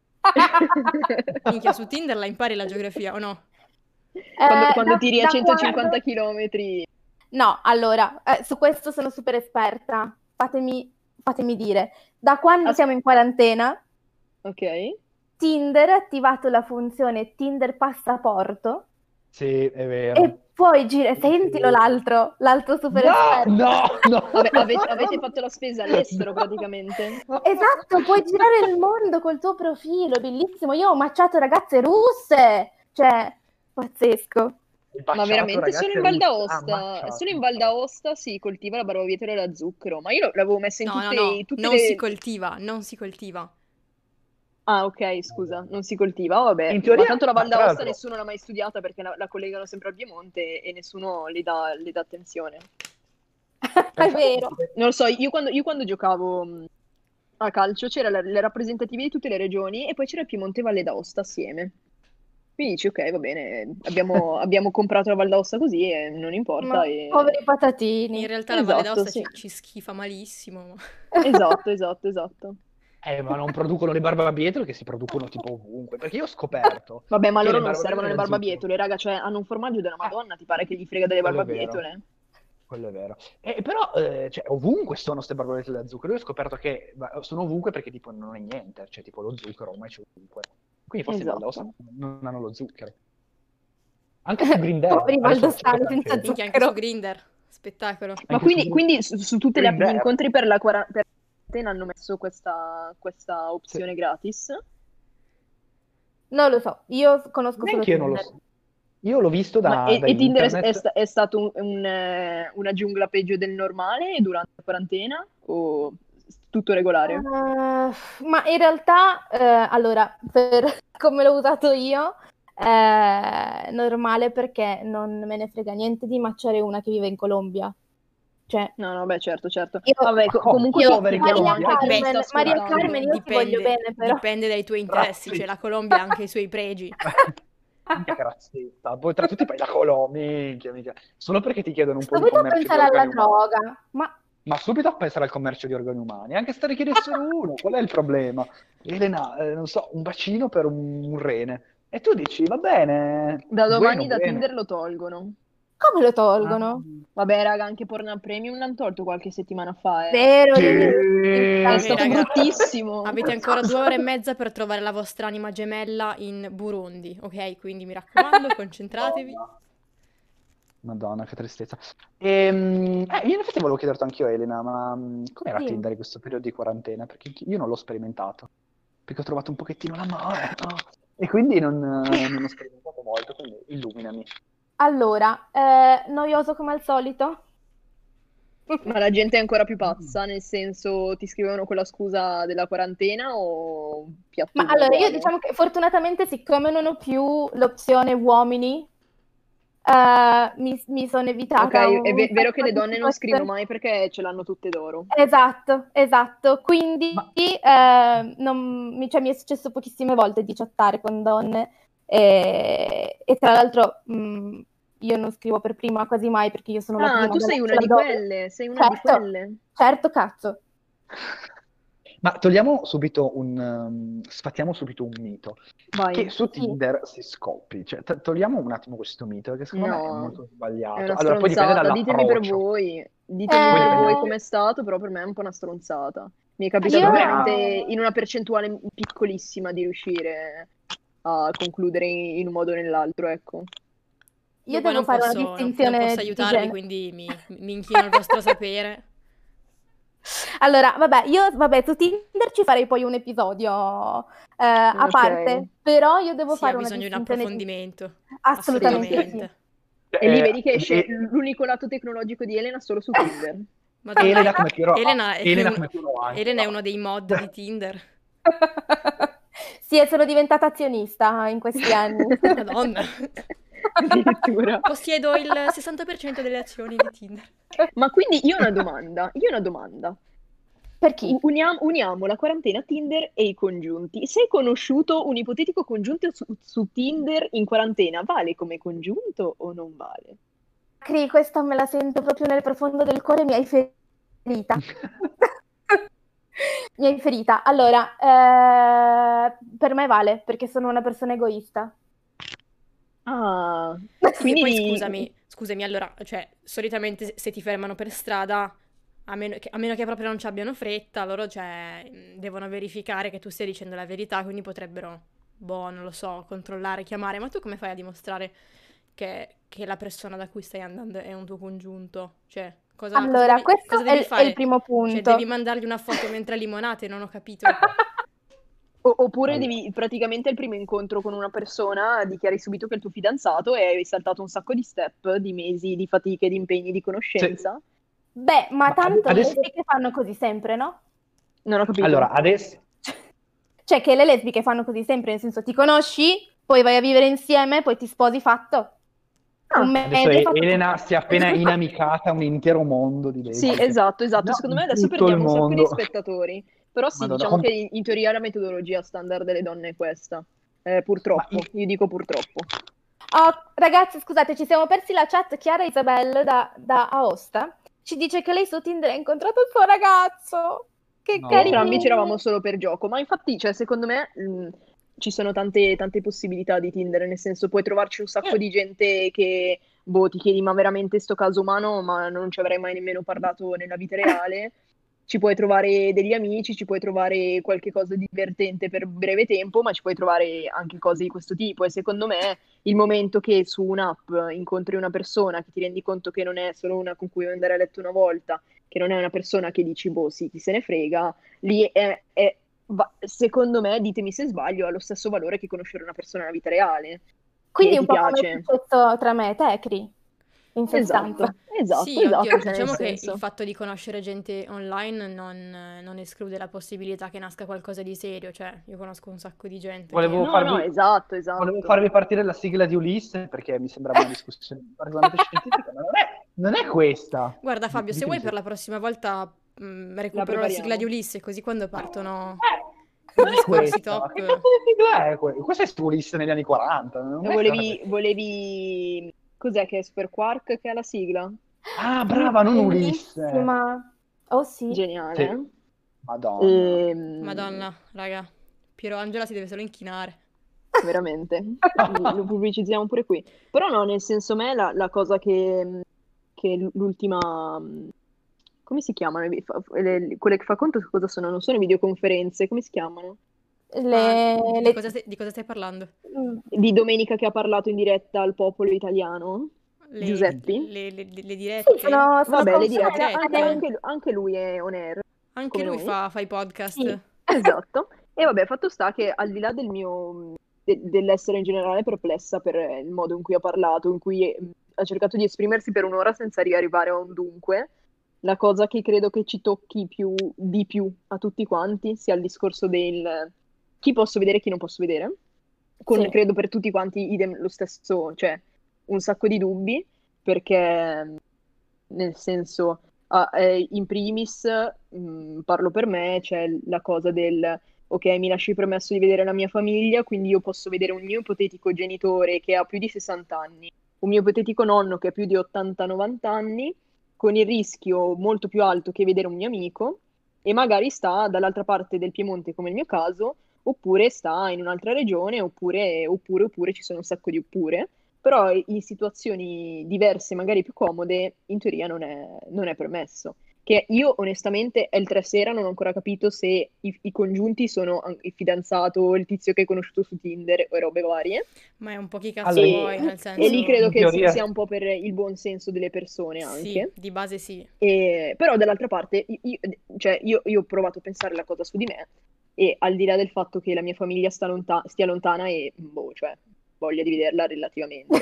Minchia, su Tinder la impari la geografia, o no? Quando tiri a da 150 quando- chilometri. No, allora, su questo sono super esperta. Fatemi dire, da quando siamo in quarantena, Ok. Tinder ha attivato la funzione Tinder Passaporto Sì, è vero. e puoi girare, sentilo l'altro super esperto. No. Vabbè, avete fatto la spesa all'estero praticamente. Esatto, puoi girare il mondo col tuo profilo, bellissimo. Io ho matchato ragazze russe, cioè, pazzesco. Ma veramente solo in Val d'Aosta? Ammazzato. Solo in Val d'Aosta si coltiva la barbabietola da zucchero, ma io l'avevo messa in No, tutte non le... si coltiva, non si coltiva. Ah, ok, scusa, non si coltiva. Oh, vabbè, In teoria, ma tanto la Val ma tra d'Aosta l'altro- nessuno l'ha mai studiata perché la collegano sempre al Piemonte e nessuno le dà attenzione. È vero. Non lo so, io quando giocavo a calcio c'era le rappresentative di tutte le regioni e poi c'era il Piemonte e Valle d'Aosta assieme. Quindi dici, ok, va bene, abbiamo comprato la Val d'Aosta così e non importa. Ma E... poveri patatini. In realtà la Valle Esatto, d'Aosta sì. ci schifa malissimo. Esatto. Ma non producono le barbabietole che si producono tipo ovunque. Perché io ho scoperto. Vabbè, ma che loro le non servono le da zucchero- barbabietole, raga, cioè hanno un formaggio della Madonna, ti pare che gli frega delle Quello è barbabietole? Quello è vero. Però, cioè, ovunque sono queste barbabietole da zucchero. Io ho scoperto che sono ovunque perché tipo non è niente. Cioè, tipo lo zucchero ormai c'è ovunque. Quindi forse in Val d'Aosta non hanno lo zucchero. Anche su Grindr. Poveri Adesso valdostani c'è senza anche- Minchia, anche zucchero. su Grindr. Spettacolo. Ma anche su quindi su tutte le app di Grindr. incontri per la quarantena hanno messo questa opzione gratis? Non lo so, io conosco solo Neanche io non lo Tinder. so. Io l'ho visto da E Tinder internet. è stato una giungla peggio del normale durante la quarantena? O tutto regolare. Ma in realtà, allora, per come l'ho usato io, è normale perché non me ne frega niente di macciare una che vive in Colombia. Cioè, No, beh, certo, certo. io, Vabbè, Ma come? comunque Tu io poveri immagino Maria anche a chi ci colombiani? sta Carmen, Maria ascoltando. Carmen, io ti voglio bene, però. Dipende dai tuoi interessi, cioè la Colombia ha anche i suoi pregi. Minchia che razzista. Poi tra tutti fai la Colombia, minchia. Solo perché ti chiedono un po' di Subito a commercio di pensare alla organi umani. droga, ma Ma subito a pensare al commercio di organi umani, anche se te ne chiedessero uno, qual è il problema? Elena, non so, un bacino per un rene. E tu dici, va bene, Da domani bueno, da bueno. Tinder lo tolgono. come lo Ah. tolgono? Vabbè, raga, anche Pornhub Premium l'hanno tolto qualche settimana fa, Vero, Sì. È Vabbè, stato raga, bruttissimo. avete ancora 2 ore e mezza per trovare la vostra anima gemella in Burundi, ok? Quindi mi raccomando, concentratevi. Madonna, che tristezza. Io in effetti volevo chiederti anch'io, Elena, ma com'era Sì. Tinder in questo periodo di quarantena? Perché io non l'ho sperimentato, perché ho trovato un pochettino l'amore, no? E quindi non ho sperimentato molto, quindi illuminami. Allora, noioso come al solito? Ma la gente è ancora più pazza, nel senso ti scrivono con la scusa della quarantena o piatto Ma allora, io uguale? diciamo che fortunatamente, siccome non ho più l'opzione uomini, mi sono Ok, evitata è un vero che sacco le di donne non scrivono situazioni. mai perché ce l'hanno tutte d'oro. Esatto. Quindi Ma cioè, mi è successo pochissime volte di chattare con donne e tra l'altro io non scrivo per prima quasi mai perché io sono la Ah, prima tu della sei una cioè, di dove... quelle, sei una di Certo, quelle. certo, cazzo. Ma togliamo subito sfattiamo subito un mito, che Vai. su Sì. Tinder si scoppi, cioè togliamo un attimo questo mito, perché secondo me è No, molto è sbagliato. una Allora, poi dipende stronzata. dall'approccio, Ditemi poi per dipende, voi Eh, com'è stato, però per me è un po' una stronzata. Mi è capitato io... secondo me veramente in una percentuale piccolissima di riuscire a concludere in un modo o nell'altro, ecco. Io Io qua devo fare una non posso distinzione di aiutarvi, genere. quindi mi inchino al vostro sapere. Allora, vabbè, su Tinder ci farei poi un episodio a Ok. parte, però io devo Sì, ha fare una bisogno di un distinzione approfondimento, Sì, assolutamente sì. sì. assolutamente. E lì vedi che eh, esce eh, l'unico lato tecnologico di Elena solo su Tinder. Madonna, Elena come Piero, Elena un- come Piero anche, Elena è va. uno dei mod di Tinder. Sì, e sono diventata azionista in questi anni. Madonna. Addirittura. Possiedo il 60% delle azioni di Tinder. Ma quindi io ho una domanda. Per chi? Uniamo la quarantena Tinder e i congiunti. Se hai conosciuto un ipotetico congiunto su Tinder in quarantena, vale come congiunto o non vale? Cri, questa me la sento proprio nel profondo del cuore, mi hai ferita. Mi hai ferita. Allora, per me vale, perché sono una persona egoista. Ah, Sì, che poi quindi scusami, allora, cioè, solitamente se ti fermano per strada, a meno che proprio non ci abbiano fretta, loro, cioè, devono verificare che tu stia dicendo la verità, quindi potrebbero, boh, non lo so, controllare, chiamare, ma tu come fai a dimostrare che la persona da cui stai andando è un tuo congiunto? Cioè, Allora, questo cosa devi è il fare? primo Cioè, devi punto. mandargli una foto mentre limonate, non ho capito. oppure Allora, devi praticamente al primo incontro con una persona dichiari subito che è il tuo fidanzato e hai saltato un sacco di step, di mesi, di fatiche, di impegni, di se- conoscenza. Beh, ma tanto le adesso, lesbiche fanno così sempre, no? Non ho capito. allora, adesso, Cioè che le lesbiche fanno così sempre, nel senso ti conosci, poi vai a vivere insieme, poi ti sposi fatto. Un Ah, adesso mese fatto tutto. Elena si è appena inamicata un intero mondo di sì, lesbiche. esatto. No, Secondo me adesso tutto il perdiamo un sacco di mondo. spettatori. Però sì, Madonna, diciamo che in teoria la metodologia standard delle donne è questa. ma Purtroppo, io dico purtroppo. Oh, ragazzi, scusate, ci siamo persi la chat. Chiara Isabel da Aosta ci dice che lei su Tinder ha incontrato il suo ragazzo. Che Entrambi no. c'eravamo carini. solo per gioco, ma infatti, cioè, secondo me, ci sono tante possibilità di Tinder, nel senso puoi trovarci un sacco di gente che, boh, ti chiedi, ma veramente sto caso umano, ma non ci avrei mai nemmeno parlato nella vita reale. Ci puoi trovare degli amici, ci puoi trovare qualche cosa di divertente per breve tempo, ma ci puoi trovare anche cose di questo tipo. E secondo me, il momento che su un'app incontri una persona che ti rendi conto che non è solo una con cui vuoi andare a letto una volta, che non è una persona che dici, boh, sì, chi se ne frega, lì secondo me, ditemi se sbaglio, ha lo stesso valore che conoscere una persona nella vita reale, Quindi che un ti po' come è piace. successo tra me e te, Cri. in sostanza. Esatto, Sì, oddio, cioè nel diciamo che il senso. fatto di conoscere gente online non esclude la possibilità che nasca qualcosa di serio, cioè io conosco un sacco di gente Volevo che... No, esatto, volevo esatto. farvi partire la sigla di Ulisse perché mi sembrava una discussione particolarmente scientifica, ma non è questa. Guarda Fabio, se vuoi per Ditemi la prossima volta La recupero la sigla di prepariamo. Ulisse, così quando partono i non è discorsi questa. Che top... cazzo di sigla è questa? Questa è su Ulisse negli anni 40, non E è stata questa. volevi... Cos'è che è Super Quark che è la sigla? Ah, Sì, brava, non Ulisse. bellissima. Oh sì. Geniale, Sì, eh? Madonna. Madonna, raga, Piero Angela si deve solo inchinare. Veramente. Lo pubblicizziamo pure qui. Però no, nel senso a me la cosa che l'ultima... Come si chiamano? Quelle che fa conto su cosa sono? Non sono videoconferenze, come si chiamano? Ma Le, di cosa stai parlando? mm, Di domenica che ha parlato in diretta al popolo italiano, Giuseppi. Le sì, dirette? sono Vabbè, le Sono dirette, dirette. anche lui è on air, Anche come lui noi. fa i sì. podcast. Esatto. E vabbè, fatto sta che al di là dell'essere in generale perplessa per il modo in cui ha parlato, in cui ha cercato di esprimersi per un'ora senza arrivare a un dunque, la cosa che credo che ci tocchi di più a tutti quanti sia il discorso del chi posso vedere e chi non posso vedere, con Sì, credo per tutti quanti idem lo stesso, cioè un sacco di dubbi, perché nel senso in primis, parlo per me, c'è la cosa del ok, mi lasci il permesso di vedere la mia famiglia, quindi io posso vedere un mio ipotetico genitore che ha più di 60 anni, un mio ipotetico nonno che ha più di 80-90 anni, con il rischio molto più alto che vedere un mio amico, e magari sta dall'altra parte del Piemonte, come il mio caso, oppure sta in un'altra regione, oppure ci sono un sacco di oppure però in situazioni diverse, magari più comode, in teoria non è permesso. Che io onestamente è il 3 sera, non ho ancora capito se i congiunti sono il fidanzato, il tizio che hai conosciuto su Tinder e robe varie. Ma è un po' chi cazzo Allora, vuoi, nel E lì senso... credo in che teoria, sia un po' per il buon senso delle persone Sì, anche. di base sì. Però dall'altra parte, cioè, io ho provato a pensare la cosa su di me e al di là del fatto che la mia famiglia stia lontana e boh, cioè, voglia di vederla relativamente.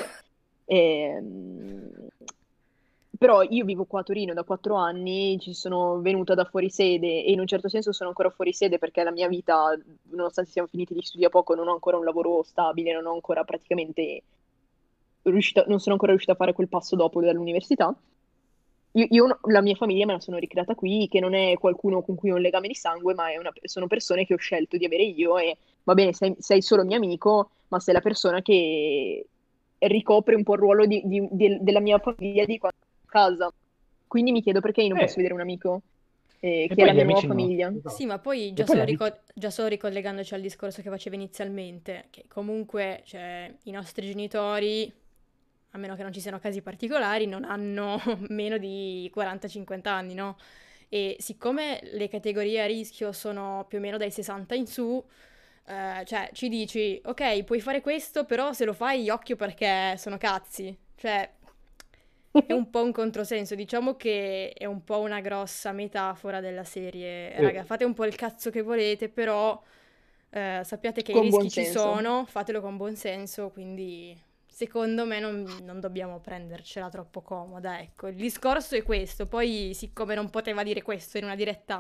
Ehm, Però io vivo qua a Torino da 4 anni, ci sono venuta da fuori sede e in un certo senso sono ancora fuori sede perché la mia vita, nonostante siamo finiti di studio a poco, non ho ancora un lavoro stabile, non ho ancora praticamente non sono ancora riuscita a fare quel passo dopo dall'università. La mia famiglia me la sono ricreata qui, che non è qualcuno con cui ho un legame di sangue, ma sono persone che ho scelto di avere io e va bene, sei solo mio amico, ma sei la persona che ricopre un po' il ruolo della mia famiglia di quando sono a casa. Quindi mi chiedo perché io non posso e vedere un amico, che è poi la gli mia nuova amici non... famiglia. Sì, esatto. ma poi E poi gli amici... già solo ricollegandoci al discorso che facevo inizialmente, che comunque, cioè, i nostri genitori, a meno che non ci siano casi particolari, non hanno meno di 40-50 anni, no? E siccome le categorie a rischio sono più o meno dai 60 in su, cioè ci dici, ok, puoi fare questo, però se lo fai, occhio perché sono cazzi. Cioè, è un po' un controsenso, diciamo che è un po' una grossa metafora della serie. Raga, fate un po' il cazzo che volete, però sappiate che i Con buon rischi ci senso. sono, fatelo con buon senso, quindi secondo me non dobbiamo prendercela troppo comoda, ecco. Il discorso è questo, poi siccome non poteva dire questo in una diretta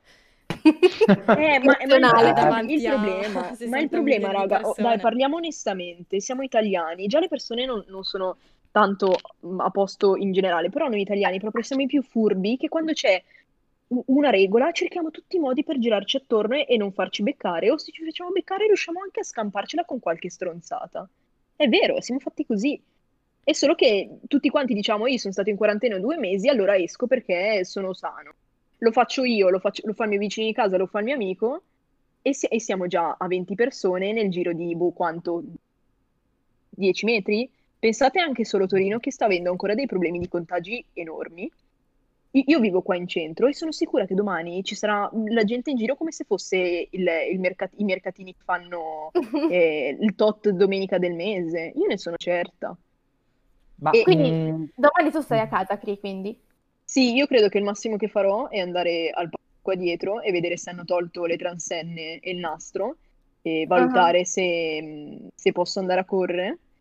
Nazionale. Il davanti a problema, ma il 60 problema, milioni di raga, dai, persone. parliamo onestamente, siamo italiani, già le persone non sono tanto a posto in generale, però noi italiani proprio siamo i più furbi che quando c'è una regola cerchiamo tutti i modi per girarci attorno e non farci beccare, o se ci facciamo beccare riusciamo anche a scamparcela con qualche stronzata. È vero, siamo fatti così. È solo che tutti quanti diciamo, io sono stato in quarantena 2 mesi, allora esco perché sono sano. Lo faccio io, lo fa il mio vicino di casa, lo fa il mio amico e siamo già a 20 persone nel giro di, boh, quanto? 10 metri? Pensate anche solo Torino che sta avendo ancora dei problemi di contagi enormi. Io vivo qua in centro e sono sicura che domani ci sarà la gente in giro come se fosse i mercatini che fanno il tot domenica del mese. Io ne sono certa. Ma... E Quindi domani tu stai a casa, Cri, quindi? sì, io credo che il massimo che farò è andare al parco qua dietro e vedere se hanno tolto le transenne e il nastro e Ah, valutare se posso andare a correre.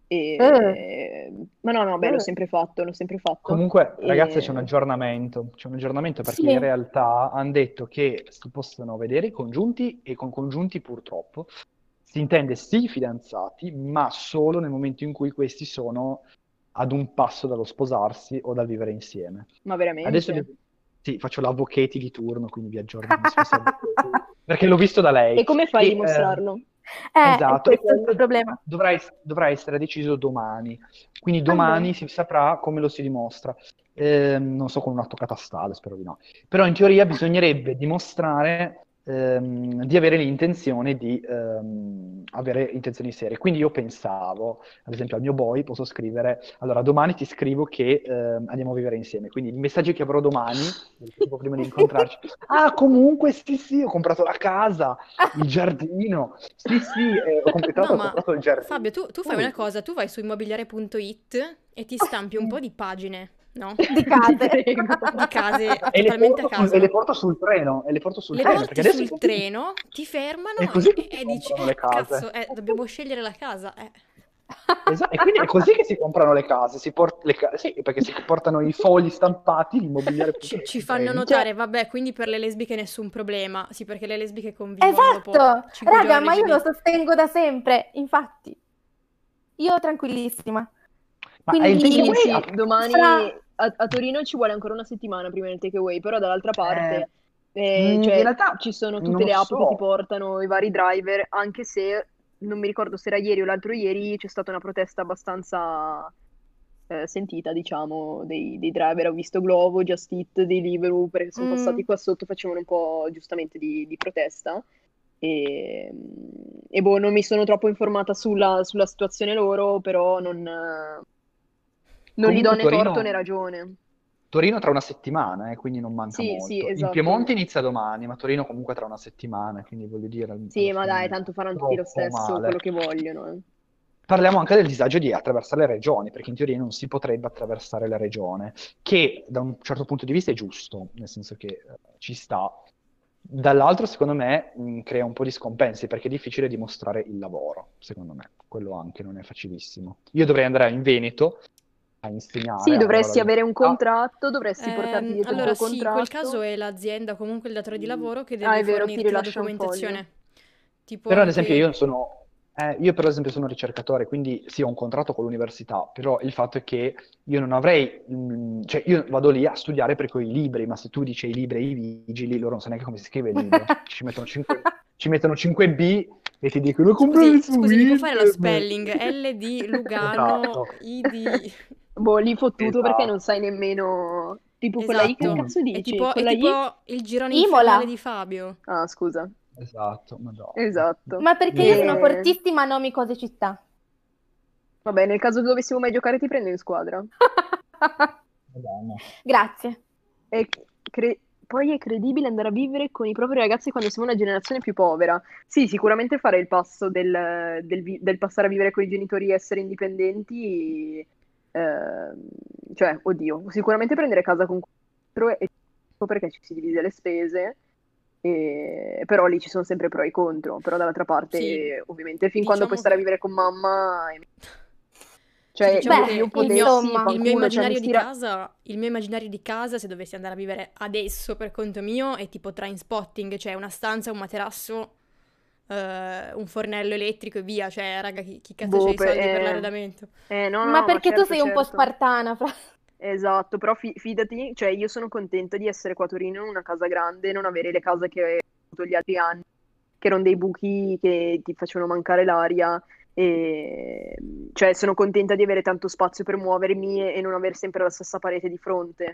Ma no, beh, l'ho sempre fatto. Comunque, ragazze, c'è un E... aggiornamento. C'è un aggiornamento perché in Sì. realtà hanno detto che si possono vedere i congiunti e con congiunti purtroppo si intende sì i fidanzati, ma solo nel momento in cui questi sono ad un passo dallo sposarsi o dal vivere insieme. Ma Adesso veramente? sì, faccio l'avvocati di turno, quindi vi aggiorno come se fosse avvocati, perché l'ho visto da lei. E come fai a E, dimostrarlo? È esatto, e questo il quello problema. dovrà essere deciso domani. Quindi Allora, domani si saprà come lo si dimostra. Non so con un atto catastale, spero di no. Però in teoria bisognerebbe dimostrare di avere l'intenzione di avere intenzioni serie. Quindi io pensavo, ad esempio, al mio boy posso scrivere, allora domani ti scrivo che andiamo a vivere insieme. Quindi i messaggi che avrò domani, tipo prima di incontrarci, ah comunque sì, ho comprato la casa, il giardino, sì, ho completato, No, ho ma comprato il giardino. Fabio, tu fai una cosa, tu vai su immobiliare.it e ti stampi un po' di pagine, no? di Ti case. prego. Di case E le totalmente a porto e caso. le porto sul treno, e le porto sul Le treno, perché porti adesso sul treno, ti è fermano così che si e dici, comprano le cazzo, case. dobbiamo scegliere la casa. E quindi è così che si comprano le case, sì, perché si portano i fogli stampati, l'immobiliare Ci sul fanno treno. Cioè, notare, vabbè, quindi per le lesbiche nessun problema. Sì, perché le lesbiche convivono dopo Esatto, 5 raga, giorni ma io lo LGBT. sostengo da sempre, infatti. Io tranquillissima. Ma è il Quindi sì, takeaway? sì, domani fra... a Torino ci vuole ancora una settimana prima del takeaway, però dall'altra Eh, parte in cioè, realtà ci sono non tutte lo le app che ti so. portano i vari driver, anche se non mi ricordo se era ieri o l'altro ieri, c'è stata una protesta abbastanza sentita, diciamo, dei driver. Ho visto Glovo, Just Eat, Deliveroo, perché sono passati Mm, qua sotto, facevano un po' giustamente di protesta. E boh, non mi sono troppo informata sulla situazione loro, però non gli do Comunque né torto né ragione. Torino tra una settimana, quindi non manca Sì, sì, molto. Il esatto. Piemonte inizia domani, ma Torino comunque tra una settimana, quindi voglio dire, alla Sì, ma fine dai, non è tanto faranno tutti lo troppo stesso male. quello che vogliono. Parliamo anche del disagio di attraversare le regioni, perché in teoria non si potrebbe attraversare la regione, che da un certo punto di vista è giusto, nel senso che ci sta. Dall'altro, secondo me, crea un po' di scompensi, perché è difficile dimostrare il lavoro, secondo me. Quello anche non è facilissimo. Io dovrei andare in Veneto a insegnare, Sì, a lavorare dovresti avere un all'università. contratto, dovresti portarti dietro il Allora tuo sì, in quel caso contratto. è l'azienda o comunque il datore di lavoro che Ah, deve è vero, ti fornirti la rilascia un foglio. documentazione. Tipo Però, ad esempio, anche... io per esempio sono ricercatore, quindi sì, ho un contratto con l'università, però il fatto è che io non avrei, cioè io vado lì a studiare per quei libri, ma se tu dici i libri e i vigili, loro non sanno neanche come si scrive il libro, ci mettono 5B e ti dicono lo compravi su Scusi, mi può fare lo internet. spelling? L di Lugano, Esatto, I di... Boh, lì fottuto perché non sai esatto, nemmeno... Tipo con la I che Esatto. cazzo appunto, È dici? tipo, Con è la I? tipo il girone infernale Imola, di Fabio. Ah, scusa. esatto, madonna. Esatto. ma perché io sono Io, E... fortissima a nomi, cose, città. Vabbè, nel caso dovessimo mai giocare ti prendo in squadra. madonna. Grazie. E poi è credibile andare a vivere con i propri ragazzi quando siamo una generazione più povera. Sì, sicuramente fare il passo del passare a vivere con i genitori e essere indipendenti, ehm, cioè, oddio, sicuramente prendere casa con quattro e perché ci si divide le spese, però lì ci sono sempre pro e contro. Però dall'altra Sì, parte, ovviamente, fin quando puoi diciamo stare a che... vivere con mamma, Sì, cioè diciamo Beh, io che il mio, potessi, insomma, il mio fanculo, cioè mi immaginario di stira... casa, il mio immaginario di casa, se dovessi andare a vivere adesso per conto mio, è tipo Trainspotting, cioè una stanza, un materasso, un fornello elettrico e via. Cioè, raga, chi cazzo c'ha Boh, i soldi per l'arredamento? no, no, ma no, ma perché tu certo, sei un po' certo. spartana, Fra? Esatto, però fidati, cioè io sono contenta di essere qua a Torino in una casa grande, non avere le case che ho avuto gli altri anni, che erano dei buchi che ti facevano mancare l'aria. E, cioè sono contenta di avere tanto spazio per muovermi e non avere sempre la stessa parete di fronte.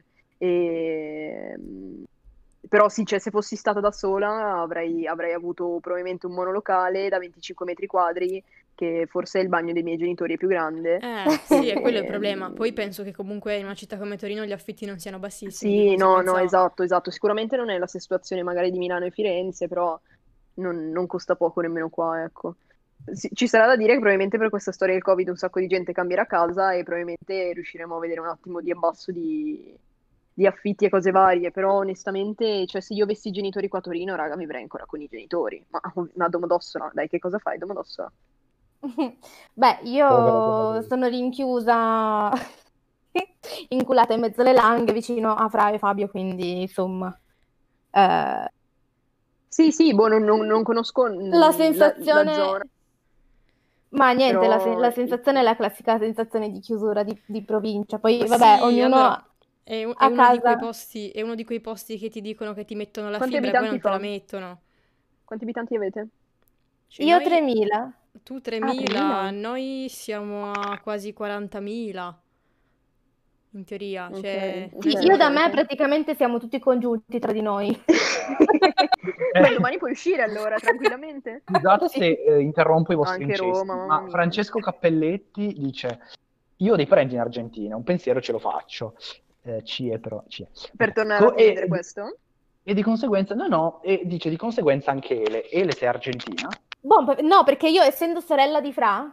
E, però sì, cioè, se fossi stata da sola avrei avuto probabilmente un monolocale da 25 metri quadri, che forse il bagno dei miei genitori è più grande. Sì, è quello il E, problema. Poi penso che comunque in una città come Torino gli affitti non siano bassissimi, di sì, no, no, conseguenza... esatto, esatto. Sicuramente non è la stessa situazione magari di Milano e Firenze, però non costa poco nemmeno qua, ecco. Ci sarà da dire che probabilmente per questa storia del Covid un sacco di gente cambierà casa e probabilmente riusciremo a vedere un attimo di abbasso di affitti e cose varie, però onestamente, cioè se io avessi i genitori qua a Torino, raga, vivrei ancora con i genitori. Ma a Domodossola, dai, che cosa fai, Domodossola? Beh, Povera io donna. sono rinchiusa inculata in mezzo alle langhe vicino a Fra e Fabio, quindi insomma, eh, Sì, sì, boh, non conosco la la zona, sensazione, ma niente, però la sensazione è la classica sensazione di chiusura di provincia. Poi, Ma vabbè, sì, ognuno allora è a uno di quei casa. posti, è uno di quei posti che ti dicono che ti mettono la quanti fibra e poi abitanti non te la fa? mettono. Quanti abitanti avete? Cioè Io noi, 3.000. tu Ah, 3.000, 3.000? noi siamo a quasi 40.000, in teoria. Ok, Cioè, Sì, noi ok, io siamo... ok, da me ok. praticamente siamo tutti congiunti tra di noi. Beh, Eh, domani puoi uscire allora, tranquillamente? Scusate Sì. se interrompo i vostri Anche Roma, incesti, mamma ma mia. Francesco Cappelletti dice: Io ho dei parenti in Argentina, un pensiero ce lo faccio. CIE però, CIE. Per Ok. tornare a condividere questo? E di conseguenza, no, no, e dice di conseguenza anche Ele. Ele sei argentina? Boh, no, perché io essendo sorella di Fra,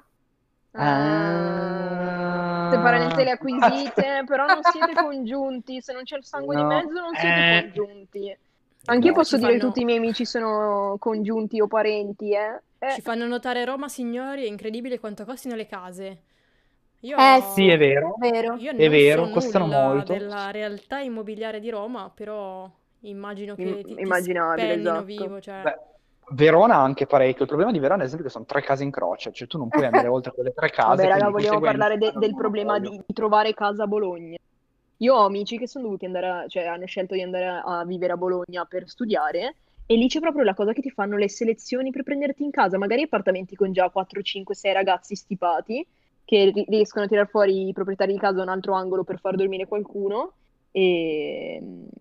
Se Ah, parentele acquisite, però non siete congiunti. Se non c'è il sangue di no, mezzo, non siete congiunti. Anch'io no, Ci posso dire che fanno, tutti i miei amici sono congiunti o parenti, eh? ci fanno notare Roma, signori, è incredibile quanto costino le case. sì, sì, Io, vero. io è non so vero, costano nulla molto. della realtà immobiliare di Roma, però immagino che ti Immaginabile, spennino esatto. vivo, cioè... Beh, Verona ha anche parecchio. Il problema di Verona, ad esempio, che sono 3 case in croce, cioè tu non puoi andare oltre quelle 3 case, Vabbè, quindi raga, di vogliamo conseguenza parlare del hanno un problema monopolio. di trovare casa a Bologna. Io ho amici che sono dovuti andare, cioè hanno scelto di andare a vivere a Bologna per studiare e lì c'è proprio la cosa che ti fanno le selezioni per prenderti in casa, magari appartamenti con già 4, 5, 6 ragazzi stipati che riescono a tirar fuori i proprietari di casa da un altro angolo per far dormire qualcuno e,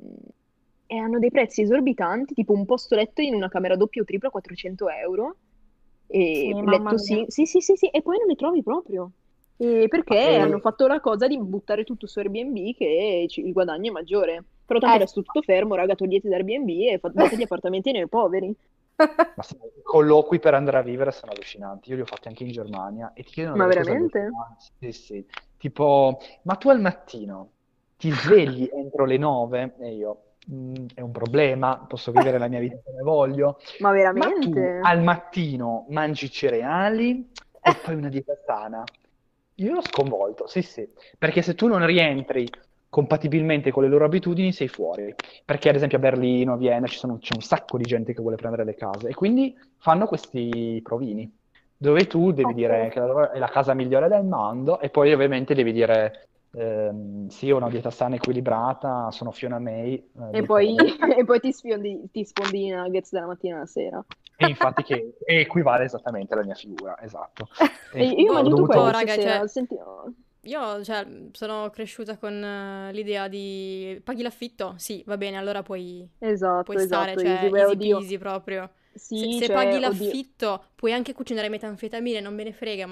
e hanno dei prezzi esorbitanti, tipo un posto letto in una camera doppia o tripla a 400 euro Sì, e mamma letto mia. sì, sì, sì, sì, sì, e poi non li trovi proprio. Perché hanno E- fatto la cosa di buttare tutto su Airbnb che il guadagno è maggiore. Però tanto Sì. adesso tutto fermo, raga, togliete da Airbnb e date gli appartamenti ai poveri. Ma sì, i colloqui per andare a vivere sono allucinanti. Io li ho fatti anche in Germania e ti chiedono Ma delle cose veramente? allucinanti. Sì, sì. Tipo, ma tu al mattino ti svegli entro le 9? E io, è un problema, posso vivere la mia vita come voglio. Ma Ma tu veramente? al mattino mangi cereali o fai una dieta sana? Io ero sconvolto, sì, sì. Perché se tu non rientri compatibilmente con le loro abitudini, sei fuori. Perché ad esempio a Berlino, a Vienna c'è un sacco di gente che vuole prendere le case e quindi fanno questi provini dove tu devi dire che Pazzesco. la loro è la casa migliore del mondo e poi ovviamente devi dire sì, ho una dieta sana e equilibrata, sono Fiona May, E dei poi, pony. e poi ti sfondi i nuggets dalla mattina alla sera. E infatti che equivale esattamente alla mia figura, esatto. E E io ho infatti ho Boh, mangiato boh, quello dovuto... raga, stasera. cioè, Senti, oh. io cioè, sono cresciuta con l'idea di paghi l'affitto? Sì, va bene, allora puoi Esatto, stare, esatto, easy. cioè Beh, easy oddio. peasy proprio. Se, Sì, se paghi cioè, oddio. l'affitto, puoi anche cucinare metanfetamine, non me ne frega,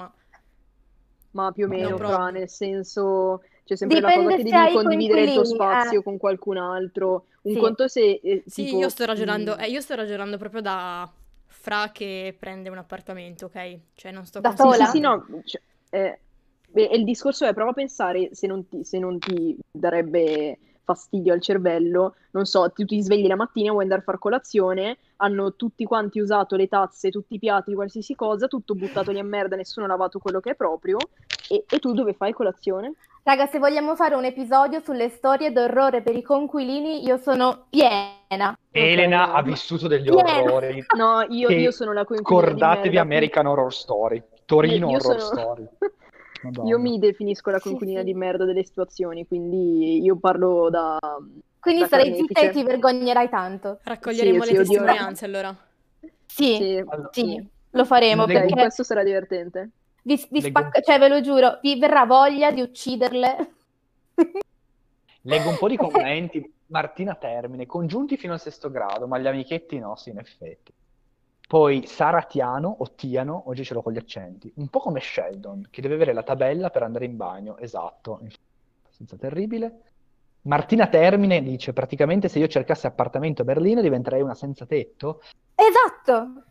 Ma più o Ma no meno, che... fra, problem. nel senso, c'è sempre la cosa Dipende che se devi hai i condividere il tuo coinquilini. spazio con qualcun altro. Un Sì, conto se, Sì, tipo, io sto ragionando proprio da Fra che prende un appartamento, ok? Cioè non sto da sì, sì, sì, considerando... sola? no, cioè, beh, e il discorso è, prova a pensare se non ti darebbe fastidio al cervello, non so, tu ti svegli la mattina, vuoi andare a far colazione, hanno tutti quanti usato le tazze, tutti i piatti, qualsiasi cosa, tutto buttato lì a merda, nessuno ha lavato quello che è proprio, e tu dove fai colazione? Raga, se vogliamo fare un episodio sulle storie d'orrore per i conquilini, io sono piena. Ok, Elena ha no. vissuto degli Piena. orrori No, io che sono la coinquilina di scordatevi merda. American Horror Story, Io, Torino io Horror sono... Story. Io Madonna. mi definisco la Sì, coinquilina di sì. merda delle situazioni, quindi io parlo da Quindi sarai zitta e carnefice. ti vergognerai tanto. Sì, Raccoglieremo le sì, oddio. testimonianze allora. Sì, Sì, Allora, sì. sì, lo faremo Ok, leggo, perché questo sarà divertente. vi leggo un spacca, po'. cioè ve lo giuro, vi verrà voglia di ucciderle. Leggo un po' di commenti. Martina Termine, congiunti fino al 6° grado, ma gli amichetti no, sì, in effetti. Poi Sara Tiano, o Tiano, oggi ce l'ho con gli accenti, un po' come Sheldon, che deve avere la tabella per andare in bagno, esatto, abbastanza terribile. Martina Termine dice, praticamente se io cercassi appartamento a Berlino diventerei una senza tetto. Esatto!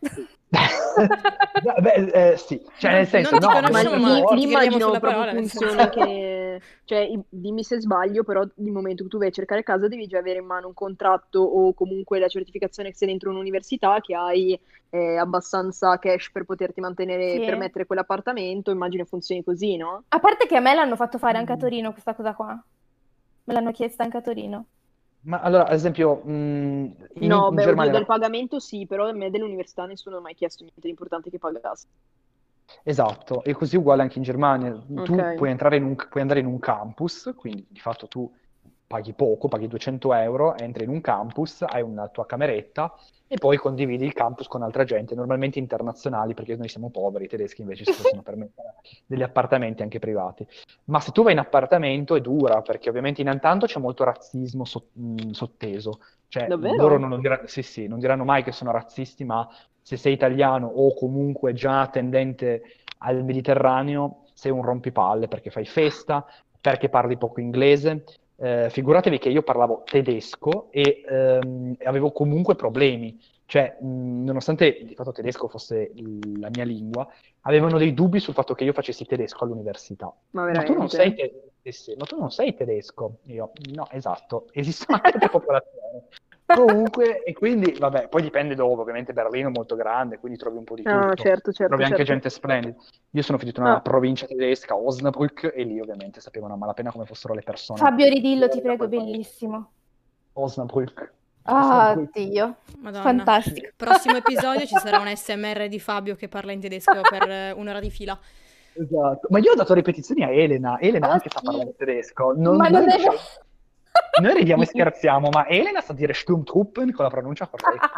Beh, sì, cioè nel senso, non ti no, conosciamo, non ma so, ti chiederemo immagino sulla proprio parola, nel senso. funzioni che, cioè, dimmi se sbaglio, però il momento che tu vai a cercare casa devi già avere in mano un contratto o comunque la certificazione che sei dentro un'università, che hai abbastanza cash per poterti mantenere, per Sì. mettere quell'appartamento, immagino funzioni così, no? A parte che a me l'hanno fatto fare anche a Torino questa cosa qua. Me l'hanno chiesta anche a Torino. Ma allora, ad esempio, No, in beh, oddio, Germania del pagamento sì, però a me dell'università nessuno mi ha mai chiesto niente di importante che pagassi. esatto, e così uguale anche in Germania. Tu Ok. puoi andare in un campus, quindi di fatto tu paghi poco, paghi 200 euro, entri in un campus, hai una tua cameretta e poi condividi il campus con altra gente, normalmente internazionali, perché noi siamo poveri, i tedeschi invece si possono permettere degli appartamenti anche privati. Ma se tu vai in appartamento è dura, perché ovviamente intanto c'è molto razzismo sotteso. Cioè, loro Davvero? sì, sì, non diranno mai che sono razzisti, ma se sei italiano o comunque già tendente al Mediterraneo, sei un rompipalle perché fai festa, perché parli poco inglese. Figuratevi che io parlavo tedesco e avevo comunque problemi. Cioè, nonostante di fatto tedesco fosse la mia lingua, avevano dei dubbi sul fatto che io facessi tedesco all'università. Ma Ma tu non sei, veramente? ma tu non sei tedesco? Io, no, esatto, esistono anche altre popolazioni. Comunque, e quindi, vabbè, poi dipende dove, ovviamente Berlino è molto grande, quindi trovi un po' di Ah, tutto, certo, certo, trovi anche certo. gente splendida. Io sono finito in una Ah, provincia tedesca, Osnabrück, e lì ovviamente sapevano a malapena come fossero le persone Fabio, ridillo, ti fuori da prego, quel paese. bellissimo. Osnabrück. Ah, Osnabrück. Dio. Madonna. Fantastico. Prossimo episodio ci sarà un SMR di Fabio che parla in tedesco per un'ora di fila. Esatto. Ma io ho dato ripetizioni a Elena. Elena Oh, anche sa sì. parlare tedesco. Ma non Noi, è vero. cioè, noi ridiamo e scherziamo, ma Elena sa dire Sturmtruppen con la pronuncia corretta.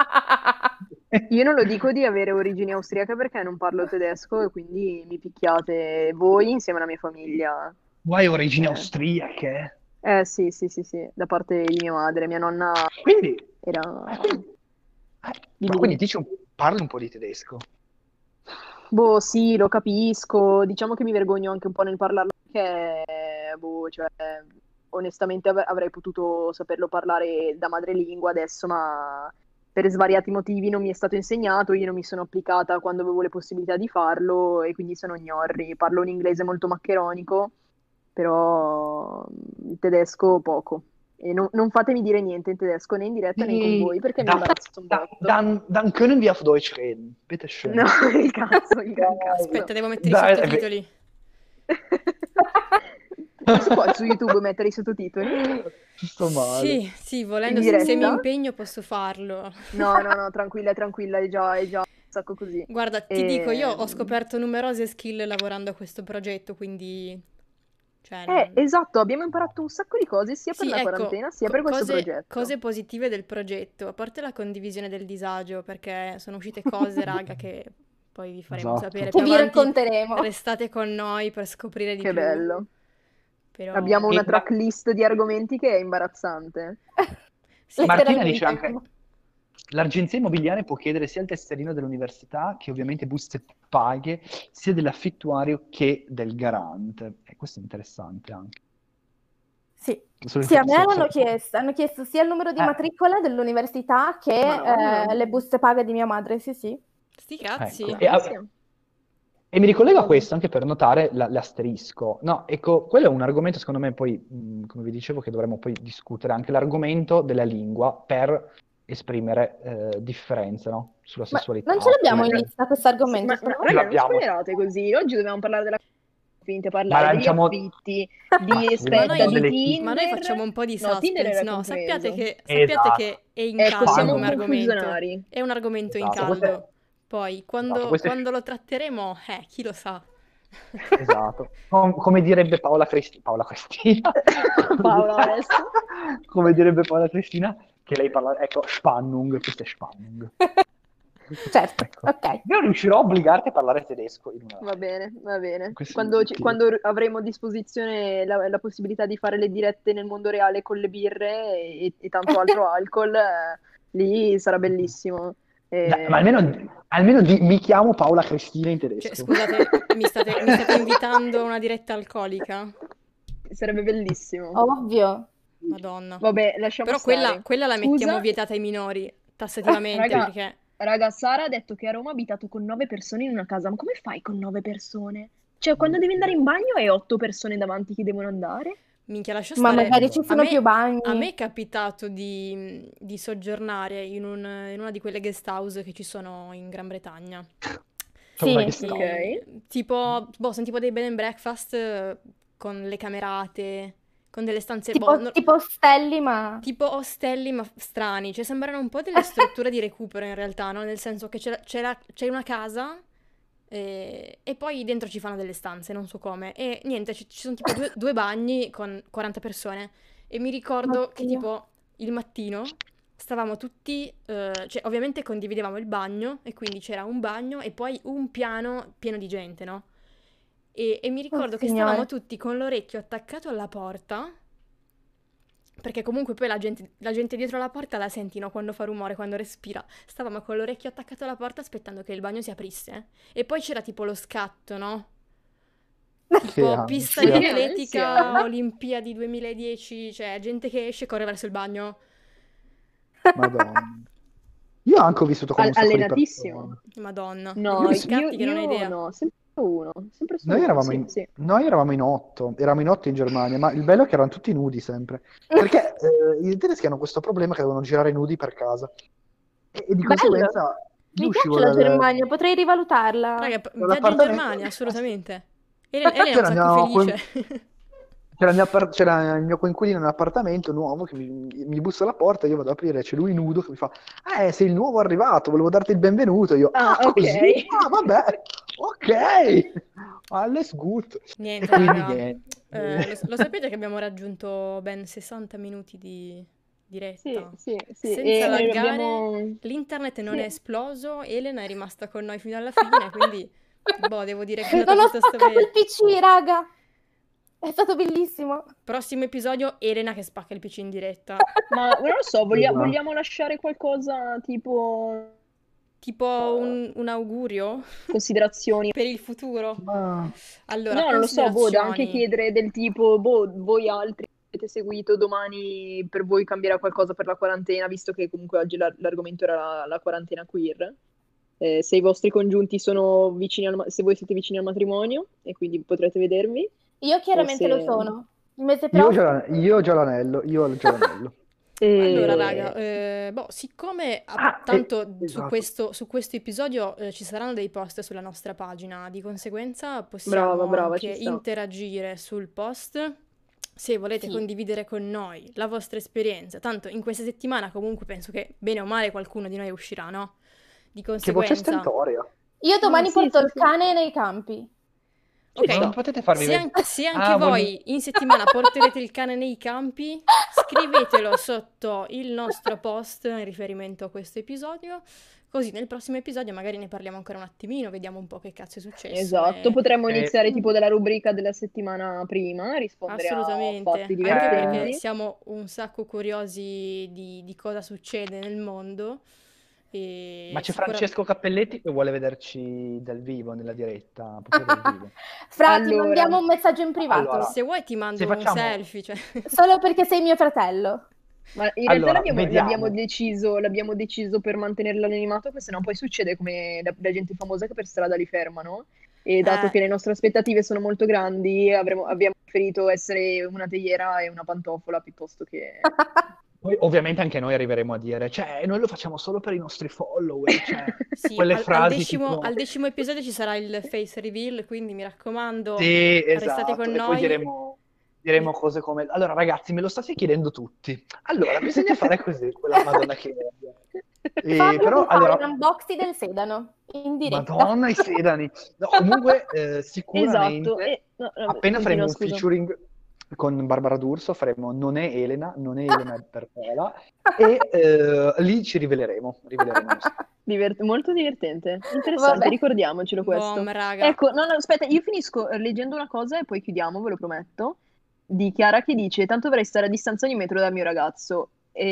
io non lo dico di avere origini austriache perché non parlo tedesco e quindi mi picchiate voi insieme alla mia famiglia. Tu hai origini Eh, austriache. sì, sì, sì, sì, da parte di mia madre. Mia nonna Quindi, era... ma Dimmi, quindi dimmi. parli un po' di tedesco. Boh, sì, lo capisco. Diciamo che mi vergogno anche un po' nel parlarlo perché, boh, cioè, onestamente avrei potuto saperlo parlare da madrelingua adesso, ma per svariati motivi non mi è stato insegnato, io non mi sono applicata quando avevo le possibilità di farlo e quindi sono gnorri. Parlo un inglese molto maccheronico, però il tedesco poco. E non fatemi dire niente in tedesco né in diretta né con Sì, voi perché mi imbarazzo un botto. dann können wir auf Deutsch reden. Bitte schön. No, il cazzo, il gran Dai, Aspetta, devo mettere i dai, sottotitoli. Ma si può su YouTube mettere i sottotitoli? sto male. Sì, sì, In volendo, se mi diretta? impegno posso farlo. No, no, no, tranquilla, tranquilla, è già un sacco così. Guarda, ti dico, io ho scoperto numerose skill lavorando a questo progetto, quindi... Cioè, esatto, abbiamo imparato un sacco di cose sia per Sì, la ecco, quarantena sia per questo cose, progetto. cose positive del progetto, a parte la condivisione del disagio, perché sono uscite cose, raga, che poi vi faremo Esatto. sapere Che più vi avanti. racconteremo. Restate con noi per scoprire di Che più. bello. Però... Abbiamo una Ma tracklist di argomenti che è imbarazzante. Sì, Martina dice Letteralmente. anche: l'agenzia immobiliare può chiedere sia il tesserino dell'università, che ovviamente buste paghe, sia dell'affittuario che del garante. E questo è interessante anche. Sì. Solo- Sì, a me so- l'hanno so- chiesto. Hanno chiesto sia il numero di Eh, matricola dell'università che Madonna. le buste paga di mia madre. Sì, sì. sti cazzi. ecco. Bellissimo. E mi ricollego a Cosa? questo anche per notare l'asterisco. No, ecco, quello è un argomento, secondo me, poi, come vi dicevo, che dovremmo poi discutere, anche l'argomento della lingua per esprimere differenze, no? Sulla Ma sessualità. non ce l'abbiamo in Sulle... lista questo Sì, argomento, ma però? Sì, raga, non l'abbiamo. spoilerate così. Oggi dobbiamo parlare della finite a Ma parlare degli lanciamo... affitti, Ma di sì, Ma aspetta, lanciamo di noi, delle ma noi Tinder. facciamo un po' di No, Tinder suspense, era no? Sappiate compreso. che è in Ecco, caldo siamo come Spannung. argomento. confusionari. È un argomento in Esatto, caldo. Poi, esatto, quando lo tratteremo, chi lo sa. esatto. Come direbbe Paola Cristina, Paola adesso. come direbbe Paola Cristina, che lei parla, ecco, Spannung, questo è Spannung. Certo, Ecco. ok. Io riuscirò a obbligarti a parlare tedesco in una Va bene, va bene. Questo Quando, è il quando avremo a disposizione la possibilità di fare le dirette nel mondo reale con le birre e tanto altro alcol, lì sarà bellissimo. Dai, ma almeno mi chiamo Paola Cristina in Cioè, tedesco. scusate, mi state invitando a una diretta alcolica? Sarebbe bellissimo. Ovvio. Madonna. Vabbè, lasciamo Però stare. quella la mettiamo Scusa, vietata ai minori, tassativamente, raga, perché... Raga, Sara ha detto che a Roma ha abitato con 9 persone in una casa. Ma come fai con 9 persone? Cioè, quando devi andare in bagno hai 8 persone davanti che devono andare? Minchia, lascia Ma stare. magari ci A sono più me bagni. è capitato di soggiornare in una di quelle guest house che ci sono in Gran Bretagna. Una Sì, guest house. E tipo, sono tipo dei bed and breakfast con le camerate, con delle stanze, tipo ostelli, ma... tipo ostelli ma strani, cioè sembrano un po' delle strutture di recupero in realtà, no? Nel senso che c'è una casa e poi dentro ci fanno delle stanze, non so come, e niente, ci sono tipo due bagni con 40 persone e mi ricordo che Oddio. tipo il mattino stavamo tutti, cioè ovviamente condividevamo il bagno e quindi c'era un bagno e poi un piano pieno di gente, no? E mi ricordo che stavamo Signore. tutti con l'orecchio attaccato alla porta, perché comunque poi la gente dietro la porta la senti, no? Quando fa rumore, quando respira. Stavamo con l'orecchio attaccato alla porta aspettando che il bagno si aprisse. E poi c'era tipo lo scatto, no? Tipo pista di ansia. Che atletica, ansia. Olimpiadi 2010, cioè gente che esce e corre verso il bagno. Madonna. Io anche ho vissuto con un sacco di Allenatissimo. persone. Madonna, di No, quegli Io- scatti che non hai idea. no, sempre uno. Sempre solo Noi uno, eravamo sì, in, sì. noi eravamo in 8, eravamo in 8 in Germania, ma il bello è che erano tutti nudi sempre. Perché i tedeschi hanno questo problema che devono girare nudi per casa. E di Bello. conseguenza io Mi uscivo piace la Germania, potrei rivalutarla. Raga, viaggio in dall'appartamento. Germania, assolutamente. Elena è un C'era il sacco mio, felice. c'era il mio coinquilino in un appartamento nuovo che mi bussa alla porta, io vado ad aprire, c'è lui nudo che mi fa: sei il nuovo arrivato, volevo darti il benvenuto. Io, Ah, ok. così? Ah, vabbè, ok, alles gut. Niente, E quindi raga. niente. Lo sapete che abbiamo raggiunto ben 60 minuti di Sì, diretta? sì, sì. Senza E laggare, abbiamo... l'internet non Sì. è esploso, Elena è rimasta con noi fino alla fine, quindi, devo dire che è Non andata ho piuttosto spaccato bene. il PC, raga. È stato bellissimo. Prossimo episodio, Elena che spacca il PC in diretta. Ma non lo so, Esatto. vogliamo lasciare qualcosa tipo Tipo un augurio considerazioni? per il futuro. Ma- Allora, No, non lo so, da anche considerazioni. chiedere del tipo, voi altri avete seguito, domani per voi cambierà qualcosa per la quarantena, visto che comunque oggi l'argomento era la quarantena queer. Se i vostri congiunti sono vicini se voi siete vicini al matrimonio e quindi potrete vedervi, Io o chiaramente lo se... sono. Il mese Io ho prossimo. io ho già l'anello, io ho già l'anello. Allora, E... raga, siccome Ah, tanto esatto. su questo episodio ci saranno dei post sulla nostra pagina, di conseguenza Brava, possiamo brava, anche ci sta. interagire sul post. Se volete Sì. condividere con noi la vostra esperienza, tanto in questa settimana comunque penso che bene o male qualcuno di noi uscirà, no? Di Che voce conseguenza, stentoria. Io domani Sì, porto sì, il sì. cane nei campi. Ci Ma ok, non sta. potete farvi se, vedere. se anche voi in settimana porterete il cane nei campi, scrivetelo sotto il nostro post in riferimento a questo episodio, così nel prossimo episodio magari ne parliamo ancora un attimino, vediamo un po' che cazzo è successo. Esatto, potremmo Eh, iniziare tipo dalla rubrica della settimana prima, rispondere a Assolutamente, fatti anche perché divertenti. siamo un sacco curiosi di cosa succede nel mondo e Ma c'è Francesco Cappelletti che vuole vederci dal vivo, nella diretta, proprio dal vivo. Fra, ti Allora, mandiamo un messaggio in privato. Allora, se vuoi ti mando se un facciamo... selfie, cioè. Solo perché sei mio fratello. ma in realtà Allora, l'abbiamo vediamo. deciso per mantenere l'anonimato, perché sennò poi succede come la gente famosa che per strada li fermano. E dato che le nostre aspettative sono molto grandi, abbiamo preferito essere una teiera e una pantofola piuttosto che... Poi ovviamente anche noi arriveremo a dire, cioè, noi lo facciamo solo per i nostri follower, cioè, Sì, quelle al frasi decimo, tipo... al decimo episodio ci sarà il face reveal, quindi mi raccomando, Sì, restate con esatto, e poi noi. diremo cose come, allora ragazzi, me lo state chiedendo tutti, allora bisogna fare così, quella Madonna che... Fammi Però, fare allora, un unboxing del sedano in diretta. Madonna i sedani. No, comunque, Esatto, sicuramente, no, appena continua, faremo un scusa. featuring con Barbara D'Urso, faremo Non è Elena è Perpela, e lì ci riveleremo il nostro. Molto divertente, interessante, Vabbè. ricordiamocelo questo. Bom, raga. Ecco, no, aspetta, io finisco leggendo una cosa e poi chiudiamo, ve lo prometto, di Chiara che dice: tanto dovrei stare a distanza ogni metro dal mio ragazzo.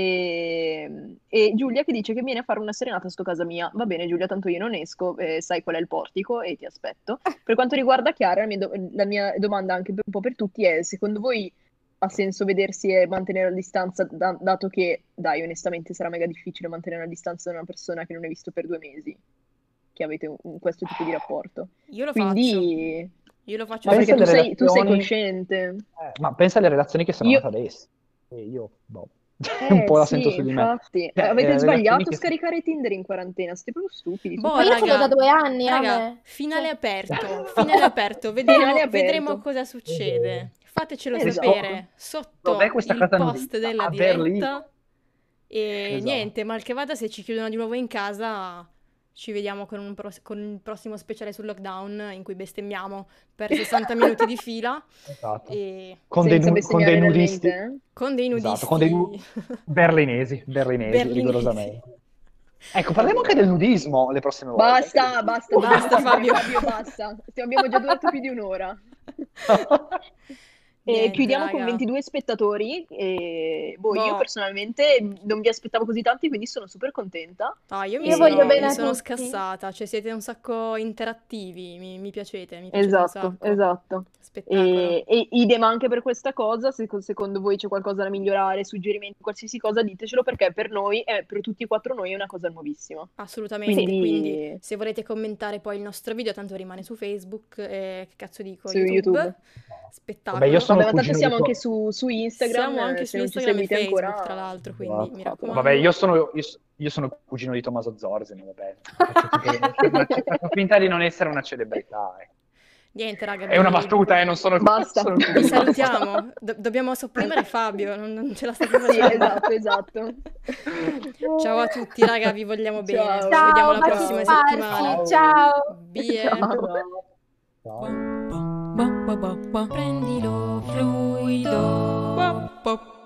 E Giulia che dice che viene a fare una serenata sto casa mia. Va bene Giulia, tanto io non esco, sai qual è il portico e ti aspetto. Per quanto riguarda Chiara, la mia domanda anche un po' per tutti è: secondo voi ha senso vedersi e mantenere la distanza, dato che, dai, onestamente sarà mega difficile mantenere la distanza da una persona che non hai visto per 2 mesi, che avete questo tipo di rapporto. Io lo faccio. Quindi, Io lo faccio ma Pensa perché sempre. tu sei alle relazioni- cosciente. Ma pensa alle relazioni che sono Io- nate adesso. E io, boh, un po' la Sì, sento su di me. infatti. Cioè, Avete relazioni sbagliato a che- scaricare Tinder in quarantena, siete proprio stupidi. Boh, Ma io ce l'ho raga, da 2 anni, raga, ame. finale Cioè, aperto, finale aperto, vedremo, Finale aperto. vedremo cosa succede. Fatecelo Esatto. sapere sotto Dov'è questa il casa post nudista? della A Berlino. diretta. E Esatto. niente, mal che vada, se ci chiudono di nuovo in casa, ci vediamo con il prossimo speciale sul lockdown in cui bestemmiamo per 60 minuti di fila Esatto. e Con Senza con dei bestemmiare nudisti. realmente, con dei nudisti. Esatto, con dei berlinesi, Berlinesi. rigorosamente. Ecco, parliamo anche del nudismo le prossime volte. Basta, basta, Basta, Fabio. basta. Abbiamo già durato più di un'ora. Niente, Chiudiamo raga. con 22 spettatori. E, io Boh. personalmente non vi aspettavo così tanti, quindi sono super contenta. Ah, io Io voglio bene mi a sono tutti. scassata, cioè siete un sacco interattivi, mi piacete un sacco. Esatto. Spettacolo. E idem anche per questa cosa, se secondo voi c'è qualcosa da migliorare, suggerimenti, qualsiasi cosa, ditecelo, perché per noi, per tutti e 4 noi, è una cosa nuovissima. Assolutamente, Quindi- quindi se volete commentare poi il nostro video, tanto rimane su Facebook, che cazzo dico, Su YouTube. YouTube. Spettacolo. Vabbè, io sono Vabbè, ma tanto cugino siamo di tua- anche su Instagram, Siamo anche se su non ci Instagram e seguite Facebook, ancora. tra l'altro, quindi mi Esatto. raccomando. Vabbè, io sono cugino di Tommaso Zorzi, vabbè. Faccio finta di non essere una celebrità. Niente, raga, È una battuta, non sono Basta. sono vi cugino. salutiamo. Dobbiamo sopprimere Fabio, non ce la sta più Sì, facendo. esatto. Ciao a tutti, raga, vi vogliamo bene. Ciao. Ci Ciao, vediamo la baci prossima sparsi, settimana. ciao. Bye. Ciao. Prendilo fluido.